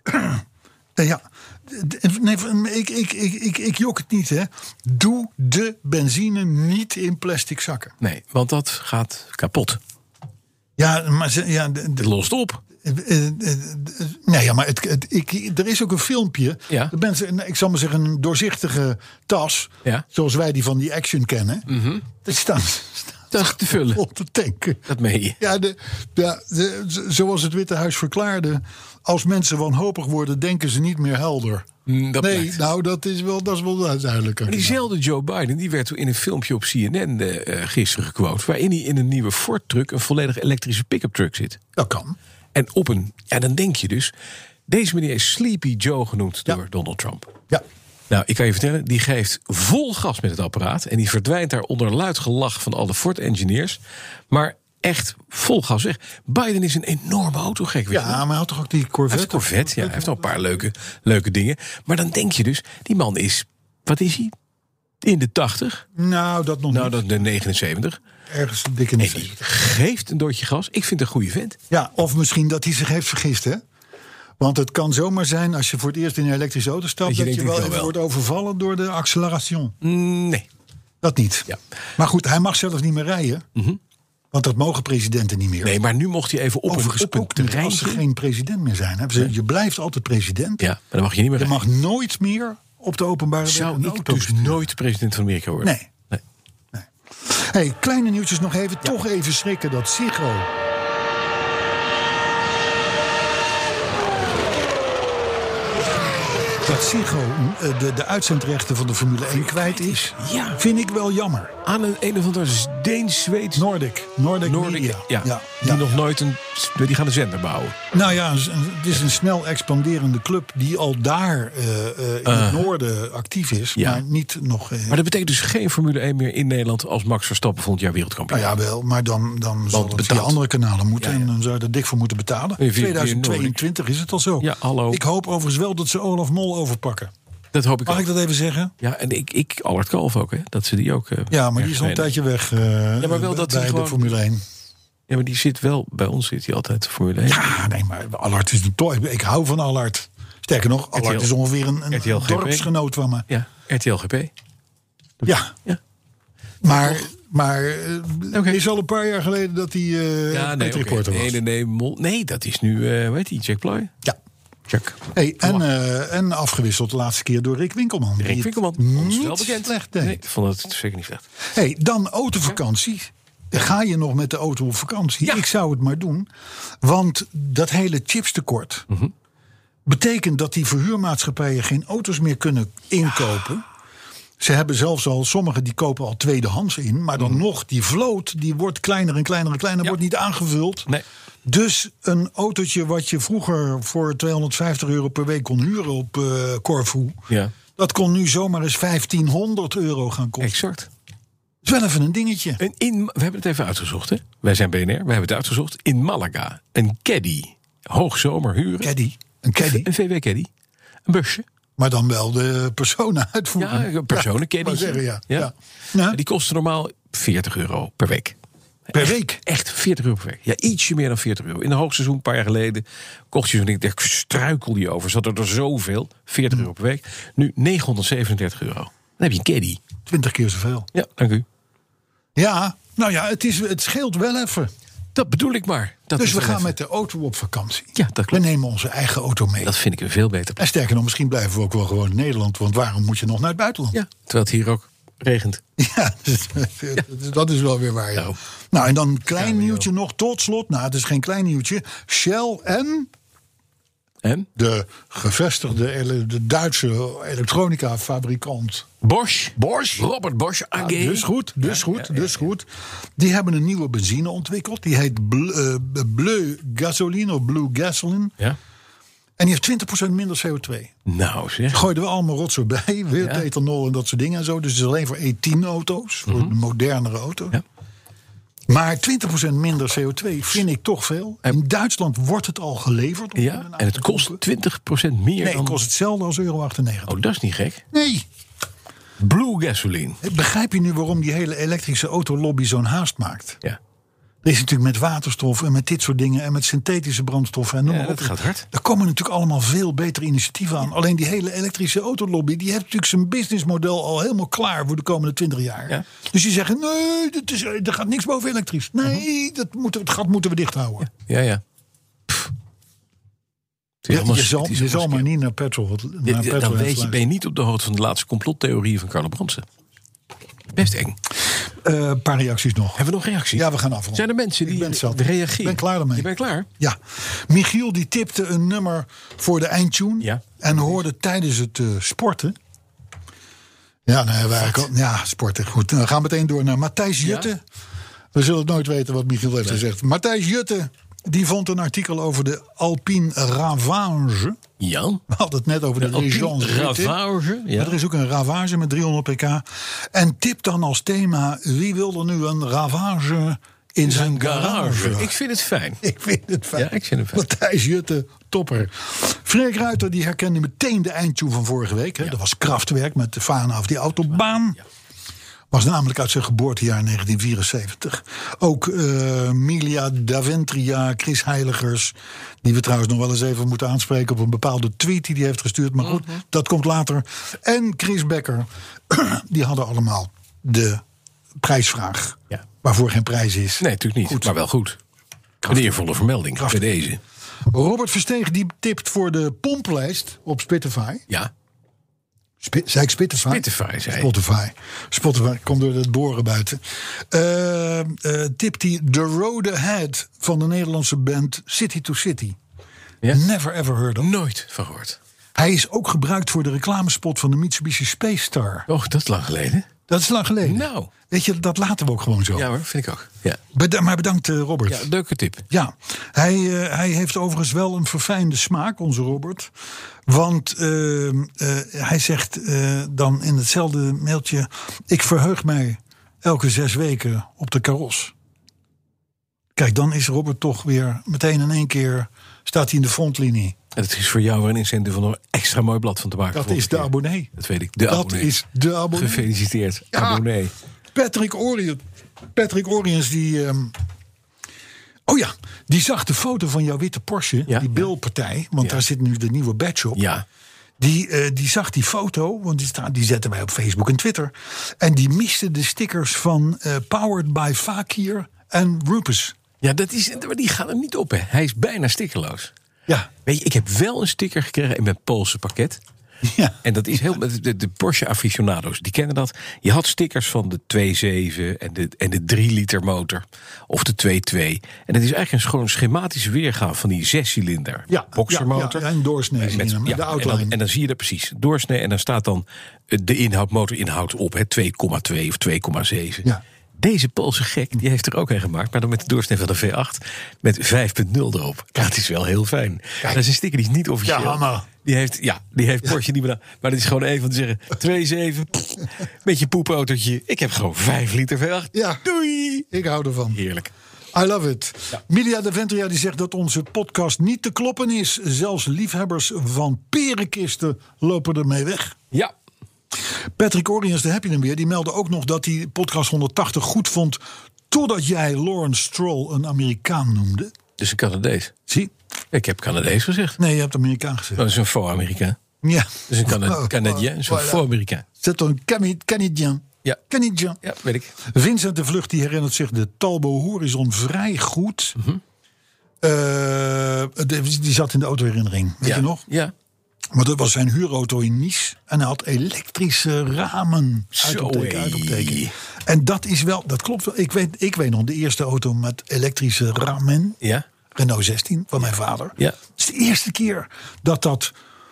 Ja. Nee, ik, ik, ik, ik, ik jok het niet, hè. Doe de benzine niet in plastic zakken. Nee, want dat gaat kapot. Ja, maar ze, ja, de, het lost op. Uh, uh, uh, nee, ja, maar het, het, ik, er is ook een filmpje. Ja. De mensen, ik zal maar zeggen, een doorzichtige tas. Ja. Zoals wij die van die Action kennen. Mm-hmm. Dat staan, dat is te vullen. Op te tanken. Dat meen je. Ja, de, ja de, zoals het Witte Huis verklaarde. Als mensen wanhopig worden, denken ze niet meer helder. Mm, dat nee, blijkt. nou, dat is wel, dat is wel duidelijk. Maar diezelfde Joe Biden, die werd in een filmpje op C N N uh, gisteren gequote, waarin hij in een nieuwe Ford-truck, een volledig elektrische pick-up truck zit. Dat kan. En op een, ja, dan denk je dus, deze meneer is Sleepy Joe genoemd ja. door Donald Trump. Ja. Nou, ik kan je vertellen, die geeft vol gas met het apparaat. En die verdwijnt daar onder luid gelach van alle Ford-engineers. Maar echt vol gas weg. Biden is een enorme autogek. Weet ja, je maar hij had toch ook die Corvette? Hij heeft Corvette, ja. Hij heeft nog een paar leuke, leuke dingen. Maar dan denk je dus, die man is, wat is hij? in de tachtig. Nou, dat nog Nou, niet. dat de negenenzeventig. Ergens dik in de En die zeventig. geeft een doodje gas. Ik vind het een goede vent. Ja, of misschien dat hij zich heeft vergist, hè? Want het kan zomaar zijn, als je voor het eerst in een elektrische auto stapt... Dat je dat je, denkt, wel ik wil even wel. wordt overvallen door de acceleration. Mm, nee. Dat niet. Ja. Maar goed, hij mag zelfs niet meer rijden. Mm-hmm. Want dat mogen presidenten niet meer. Nee, maar nu mocht hij even op een, Overigens op een ook niet als ze terreintje. geen president meer zijn. Hebben ze, je blijft altijd president. Ja, maar dan mag je niet meer Je rijden. mag nooit meer op de openbare weg Zou een ik auto dus besturen. nooit president van Amerika worden? Nee. Nee. Hey, kleine nieuwtjes nog even. Toch even schrikken dat Ziggo... dat Ziggo uh, de, de uitzendrechten van de Formule één kwijt is. Ja. Vind ik wel jammer. Aan een, een of ander Deens-Zweeds... Nordic. Nordic, Nordic, Media. ja, Ja, die ja. nog nooit een... Die gaan een zender bouwen. Nou ja, het is een snel expanderende club die al daar uh, uh, in het noorden actief is. Ja. Maar niet nog... Uh, Maar dat betekent dus geen Formule één meer in Nederland... als Max Verstappen volgend jaar wereldkampioen. nou ja, wel, maar dan, dan zal het via betaald. andere kanalen moeten. Ja, ja. En dan zou je er dik voor moeten betalen. Via- via tweeduizend tweeëntwintig is het al zo. Ja, hallo. Ik hoop overigens wel dat ze Olaf Mol overpakken. Dat hoop ik Mag ook. ik dat even zeggen? Ja, en ik, ik Albert Kalf ook, hè. Dat ze die ook... Uh, Ja, maar die is al een tijdje weg uh, Ja, maar wel dat bij hij de gewoon- Formule één. Ja, maar die zit wel... Bij ons zit hij altijd Formule één. Ja, nee, maar Allard is een toy. Ik hou van Allard. Sterker nog, Allard is ongeveer een, een R T L G P. dorpsgenoot van me. Ja, R T L G P. Ja, Ja. maar, maar uh, Oké. is al een paar jaar geleden dat hij uh, Ja, nee, pit oké. reporter was. nee, nee, nee, Mol, nee, dat is nu, uh, hoe heet die, Jack Ploy? Ja. Jack. Hey, en, uh, en afgewisseld de laatste keer door Rick Winkelman. Die Rick het Winkelman, ons niet wel bekend. slecht deed. Nee, ik vond het zeker niet slecht. Hey, dan autovakantie. Ga je nog met de auto op vakantie? Ja. Ik zou het maar doen. Want dat hele chipstekort Mhm. betekent dat die verhuurmaatschappijen geen auto's meer kunnen inkopen. Ze hebben zelfs al, sommigen die kopen al tweedehands in. Maar dan nog, die vloot die wordt kleiner en kleiner en kleiner. Ja. Wordt niet aangevuld. Nee. Dus een autootje wat je vroeger voor tweehonderdvijftig euro per week kon huren op uh, Corfu. Ja, Dat kon nu zomaar eens vijftienhonderd euro gaan kosten. exact. Dat is wel even een dingetje. En in, we hebben het even uitgezocht, hè. Wij zijn B N R, wij hebben het uitgezocht. In Malaga, een caddy. Hoogzomer huren. Caddy. Een caddy. Een V W caddy. Een busje. Maar dan wel de personen uitvoeren. Ja, een personencaddy. maar zeggen, ja. Ja. Ja. Nou, Die kosten normaal veertig euro per week. per Echt- week? Echt veertig euro per week. Ja, ietsje meer dan veertig euro. In een hoogseizoen, een paar jaar geleden, kocht je zo'n ding. Daar struikelde je over. Zat er, er zoveel. veertig euro per week. Nu negenhonderdzevenendertig euro. Dan heb je een caddy. twintig keer zoveel. Ja, dank u. Ja, nou ja, het, is, het scheelt wel even. Dat bedoel ik maar. Dat Dus is we wel gaan even- met de auto op vakantie. Ja, dat We klopt. nemen onze eigen auto mee. Dat vind ik een veel beter plan. En sterker nog, misschien blijven we ook wel gewoon in Nederland. Want waarom moet je nog naar het buitenland? Ja, terwijl het hier ook regent. Ja, dus, dus dat is wel weer waar. Ja. Nou. Nou, en dan een klein nieuwtje nog tot slot. Nou, het is geen klein nieuwtje. Shell en En? de gevestigde ele- de Duitse elektronica-fabrikant Bosch. Bosch. Robert Bosch A G. Ja, dus goed, dus Ja, goed, ja, ja, dus goed. Die hebben een nieuwe benzine ontwikkeld. Die heet Bleu, uh, Bleu Gasoline of Blue Gasoline. Ja. En die heeft twintig procent minder C O twee. Nou zeg. Gooiden we allemaal rotzooi bij. Weer Ja. ethanol en dat soort dingen en zo. Dus het is alleen voor E tien auto's. Voor de modernere auto. Ja. Maar twintig procent minder C O twee vind ik toch veel. In Duitsland wordt het al geleverd. om Ja, een en het auto te kost kopen. twintig procent meer Nee, dan... het kost hetzelfde als euro achtennegentig. Oh, dat is niet gek. Nee. Blue gasoline. Begrijp je nu waarom die hele elektrische autolobby zo'n haast maakt? Ja. Er is natuurlijk met waterstof en met dit soort dingen... en met synthetische brandstoffen en noem Ja, maar op. dat gaat hard. Daar komen natuurlijk allemaal veel betere initiatieven aan. Alleen die hele elektrische autolobby... die heeft natuurlijk zijn businessmodel al helemaal klaar... voor de komende twintig jaar. Ja. Dus die zeggen, nee, dat is, er gaat niks boven elektrisch. Nee, dat moeten, het gat moeten we dicht houden. Ja, ja. Pff. Het is Ja, allemaal- je zal, het is je zal allemaal maar scam. niet naar petrol. Naar Ja, petrol dan weet je, luisteren. ben je niet op de hoogte van de laatste complottheorieën van Carlo Bronsen. Best eng. Eh, Een paar reacties nog. Hebben we nog reacties? Ja, we gaan afronden. Zijn er mensen Ik die ben zat. reageren? Ik ben klaar ermee. Je bent klaar? Ja, Michiel die tipte een nummer voor de eindtune. Ja. En hoorde tijdens het uh, sporten. Ja, nee, wij ook, ja, sporten. Goed, we gaan meteen door naar Matthijs Jutte. We zullen nooit weten wat Michiel heeft gezegd. Matthijs Jutte, die vond een artikel over de Alpine Ravage. Jan? We hadden het net over de, De Legends Alpine Rit, hè? Ravage, ja. Maar er is ook een Ravage met driehonderd pk. En tip dan als thema, wie wil er nu een Ravage in zijn Een garage. garage? Ik vind het fijn. Ik vind het fijn. Ja, ik vind het fijn. Matthijs Jutte, topper. Freek Ruiter die herkende meteen de eindtune van vorige week. Hè? Ja. Dat was Kraftwerk met de Fahnen auf die Autobahn. Ja. Was namelijk uit zijn geboortejaar negentien vierenzeventig. Ook uh, Milia Daventria, Chris Heiligers... die we trouwens nog wel eens even moeten aanspreken... op een bepaalde tweet die hij heeft gestuurd. Maar goed, mm-hmm. dat komt later. En Chris Becker, die hadden allemaal de prijsvraag. Ja. Waarvoor geen prijs is. Nee, natuurlijk niet, goed. Maar wel goed. Een eervolle vermelding Kraft. Bij deze. Robert Versteeg die tipt voor de pomplijst op Spotify. Ja. Sp- zei ik Spotify? Spotify, zei Spotify. Spotify, komt door het boren buiten. Uh, uh, tipt hij The Road Ahead van de Nederlandse band City to City. Ja? Never ever heard of. Nooit van gehoord. Hij is ook gebruikt voor de reclamespot van de Mitsubishi Space Star. Oh, dat is lang geleden. Dat is lang geleden. Nou. Weet je, dat laten we ook gewoon zo. Ja hoor, vind ik ook. Ja. Beda- maar bedankt uh, Robert. Ja, leuke tip. Ja, hij, uh, hij heeft overigens wel een verfijnde smaak, onze Robert. Want uh, uh, hij zegt uh, dan in hetzelfde mailtje... ik verheug mij elke zes weken op de karos. Kijk, dan is Robert toch weer meteen in één keer... staat hij in de frontlinie. En het is voor jou een incentive om er een extra mooi blad van te maken. Dat is de keer. abonnee. Dat weet ik, de dat abonnee. is de abonnee. Gefeliciteerd, ja. Abonnee. Patrick Oriens, Patrick Oriens die... Um, oh ja, die zag de foto van jouw witte Porsche, ja, die Bill-partij. Ja. Want ja. daar zit nu de nieuwe badge op. Ja. Die, uh, die zag die foto, want die, staan, die zetten wij op Facebook en Twitter. En die miste de stickers van uh, Powered by Fakir en Rupus. Ja, dat is, die gaan er niet op, hè. Hij is bijna stickerloos. Ja. Weet je, ik heb wel een sticker gekregen in mijn Poolse pakket. Ja. En dat is heel. De, de Porsche aficionado's, die kennen dat. Je had stickers van de twee komma zeven en de, en de drie liter motor. Of de twee komma twee. En dat is eigenlijk een, gewoon een schematische weergave van die zescilinder ja, boxermotor. Ja, ja, en doorsnee. Met, ja, de en, dan, en dan zie je dat precies. Doorsnee en dan staat dan de inhoud, motorinhoud op. twee komma twee of twee komma zeven. Ja. Deze Poolse gek, die heeft er ook een gemaakt. Maar dan met de doorsnee van de V acht. Met vijf punt nul erop. Ja, het is wel heel fijn. Kijk. Dat is een sticker die is niet officieel. Ja, maar. Die heeft, ja, die heeft Porsche ja. niet bedacht. Maar dat is gewoon even om te zeggen... twee komma zeven, met je poepautootje. Ik heb gewoon vijf liter V acht. Ja, doei! Ik hou ervan. Heerlijk. I love it. Ja. Milia de Ventria die zegt dat onze podcast niet te kloppen is. Zelfs liefhebbers van perenkisten lopen ermee weg. Ja. Patrick Oriens, daar heb je hem weer. Die meldde ook nog dat hij podcast honderdtachtig goed vond... totdat jij Lawrence Stroll een Amerikaan noemde. Dus een Canadees. Zie? Ik heb Canadees gezegd. Nee, je hebt Amerikaan gezegd. Dat is een faux-Amerikaan. Ja. Dus een Cana- Canadien, is een voilà. Faux-Amerikaan. C'est un Canadien. Ja. Canadien. Ja, weet ik. Vincent de Vlucht die herinnert zich de Talbot Horizon vrij goed. Mm-hmm. Uh, de, die zat in de autoherinnering. Weet ja. je nog? Ja. Maar dat was zijn huurauto in Nice. En hij had elektrische ramen. Uitopteken, uitopteken. En dat is wel, dat klopt wel. Ik weet, ik weet nog de eerste auto met elektrische ramen. Ja. Renault zestien van mijn vader. Ja. Het is de eerste keer dat dat...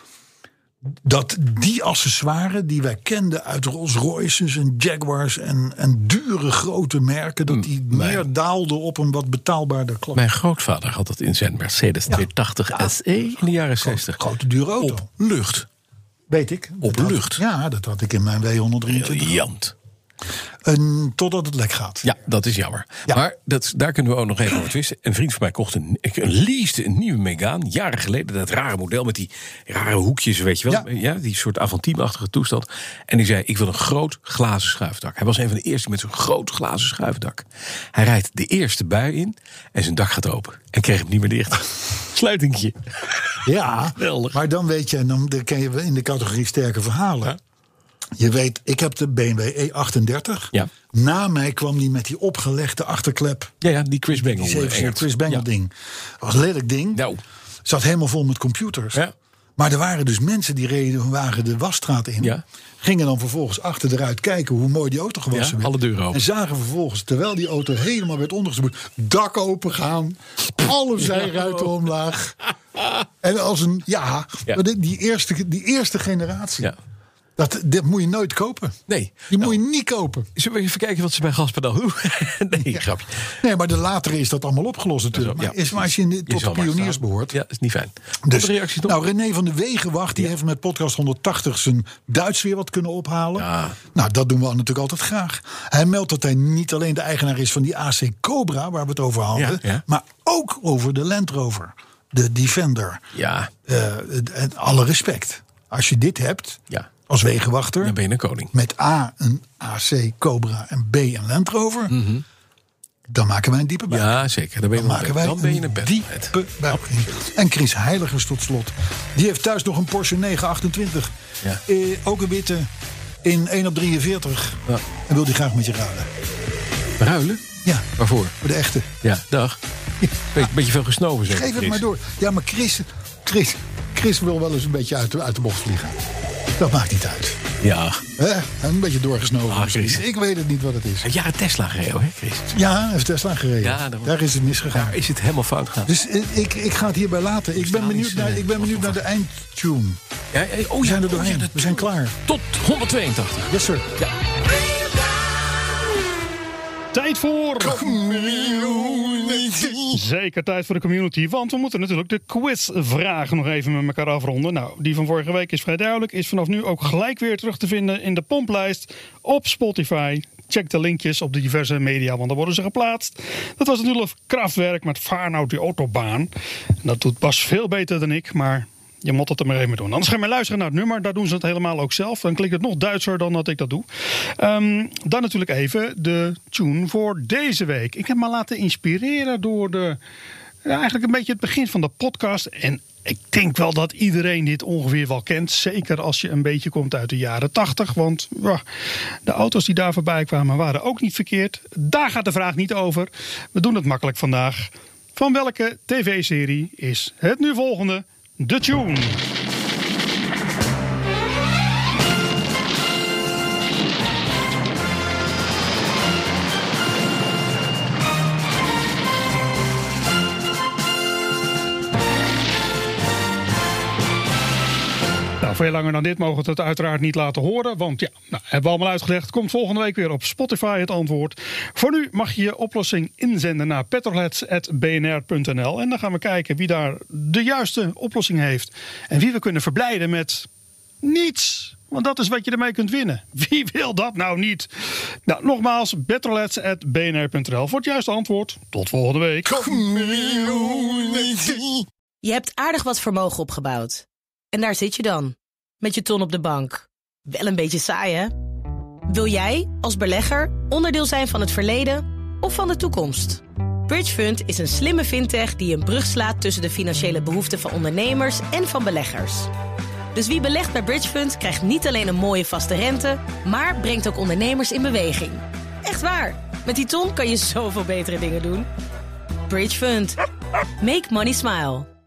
dat die accessoires die wij kenden uit Rolls Royces en Jaguars... en, en dure grote merken... dat die mm, meer mijn, daalden op een wat betaalbaarder klant. Mijn grootvader had dat in zijn Mercedes ja. tweehonderdtachtig ja. S E in de jaren zestig. Grote dure auto. Op lucht. Weet ik. Op dat lucht. Had, ja, dat had ik in mijn W honderddrieëntwintig. Briljant. En totdat het lek gaat. Ja, dat is jammer. Ja. Maar dat, daar kunnen we ook nog even over twisten. Een vriend van mij kocht een, een leasede een nieuwe Megane. Jaren geleden. Dat rare model met die rare hoekjes, weet je wel. Ja, ja die soort avantime-achtige toestand. En die zei, ik wil een groot glazen schuifdak. Hij was een van de eerste met zo'n groot glazen schuifdak. Hij rijdt de eerste bui in en zijn dak gaat open. En kreeg hem niet meer dicht. Sluitingje. Ja, Weldig. Maar dan weet je, en dan ken je in de categorie sterke verhalen... Ja. Je weet, ik heb de B M W E achtendertig. Ja. Na mij kwam die met die opgelegde achterklep. Ja, ja die Chris Bangle. Die zeven Chris Bangle ja. ding. Dat was een lelijk ding. Nou. Zat helemaal vol met computers. Ja. Maar er waren dus mensen die reden hun wagen de wasstraat in. Ja. Gingen dan vervolgens achter de ruit kijken hoe mooi die auto gewassen ja, werd. alle deuren open. En zagen vervolgens, terwijl die auto helemaal werd ondergespoeld... dak open gaan, alle zijruiten ja. omlaag. En als een, ja, ja. Die, eerste, die eerste generatie... Ja. Dat, dit moet je nooit kopen. Nee. Die nou, moet je niet kopen. Zullen we even kijken wat ze bij Gaspedaal doen? nee, ja. grapje. Nee, maar de latere is dat allemaal opgelost natuurlijk. Maar, ja, is, maar als je, in de, tot de pioniers behoort... Ja, is niet fijn. Dus, reacties nou, René van de Wegenwacht... die ja. heeft met podcast honderdtachtig zijn Duits weer wat kunnen ophalen. Ja. Nou, dat doen we natuurlijk altijd graag. Hij meldt dat hij niet alleen de eigenaar is van die A C Cobra... waar we het over hadden... Ja, ja. maar ook over de Land Rover. de Defender. Ja. Uh, en alle respect. Als je dit hebt, ja. als wegenwachter... Dan ben je een koning. Met A, een A C Cobra en B, een Land Rover... Mm-hmm. Dan maken wij een diepe buiging. Ja, zeker. Dan ben je, dan maken wij dan ben je een, een diepe buiging. En Chris Heiligers tot slot. Die heeft thuis nog een Porsche negen achtentwintig. Ja. Eh, ook een witte in één op drieënveertig. Ja. En wil die graag met je ruilen. Ruilen? Ja. Waarvoor? Voor de echte. Ja, dag. Een ja. beetje veel gesnoven, zeg. Geef het Chris. maar door. Ja, maar Chris, Chris, Chris wil wel eens een beetje uit de, uit de bocht vliegen. Dat maakt niet uit. Ja. He? Een beetje doorgesnoven. Ah, Chris. Ik weet het niet wat het is. Hij heeft Tesla gereden, hè, Chris? Ja, hij heeft Tesla gereden. Ja, daarom... Daar is het misgegaan. Daar is het helemaal fout gegaan. Dus ik, ik ga het hierbij laten. Ik ben benieuwd naar, ik ben benieuwd naar de eindtune. Ja, oh, we zijn er oh, doorheen. Ja, we zijn klaar. Tot honderdtweeëntachtig. Yes, sir. Ja. Tijd voor... Community. Zeker tijd voor de community. Want we moeten natuurlijk de quizvragen nog even met elkaar afronden. Nou, die van vorige week is vrij duidelijk. Is vanaf nu ook gelijk weer terug te vinden in de pomplijst op Spotify. Check de linkjes op de diverse media, want daar worden ze geplaatst. Dat was natuurlijk Kraftwerk met Vaar nou die autobaan. En dat doet Bas veel beter dan ik, maar... Je moet het er maar even mee doen. Anders ga je maar luisteren naar het nummer. Daar doen ze het helemaal ook zelf. Dan klinkt het nog Duitser dan dat ik dat doe. Um, dan natuurlijk even de tune voor deze week. Ik heb me laten inspireren door de... Ja, eigenlijk een beetje het begin van de podcast. En ik denk wel dat iedereen dit ongeveer wel kent. Zeker als je een beetje komt uit de jaren tachtig. Want ja, de auto's die daar voorbij kwamen waren ook niet verkeerd. Daar gaat de vraag niet over. We doen het makkelijk vandaag. Van welke tv-serie is het nu volgende... De tune. Nou, veel langer dan dit mogen we het uiteraard niet laten horen. Want ja, nou, hebben we allemaal uitgelegd. Komt volgende week weer op Spotify het antwoord. Voor nu mag je je oplossing inzenden naar petrolheads punt b n r punt n l. En dan gaan we kijken wie daar de juiste oplossing heeft. En wie we kunnen verblijden met niets. Want dat is wat je ermee kunt winnen. Wie wil dat nou niet? Nou, nogmaals, petrolheads punt b n r punt n l voor het juiste antwoord. Tot volgende week. Je hebt aardig wat vermogen opgebouwd. En daar zit je dan. Met je ton op de bank. Wel een beetje saai, hè? Wil jij, als belegger, onderdeel zijn van het verleden of van de toekomst? Bridgefund is een slimme fintech die een brug slaat tussen de financiële behoeften van ondernemers en van beleggers. Dus wie belegt bij Bridgefund krijgt niet alleen een mooie vaste rente, maar brengt ook ondernemers in beweging. Echt waar. Met die ton kan je zoveel betere dingen doen. Bridgefund. Make money smile.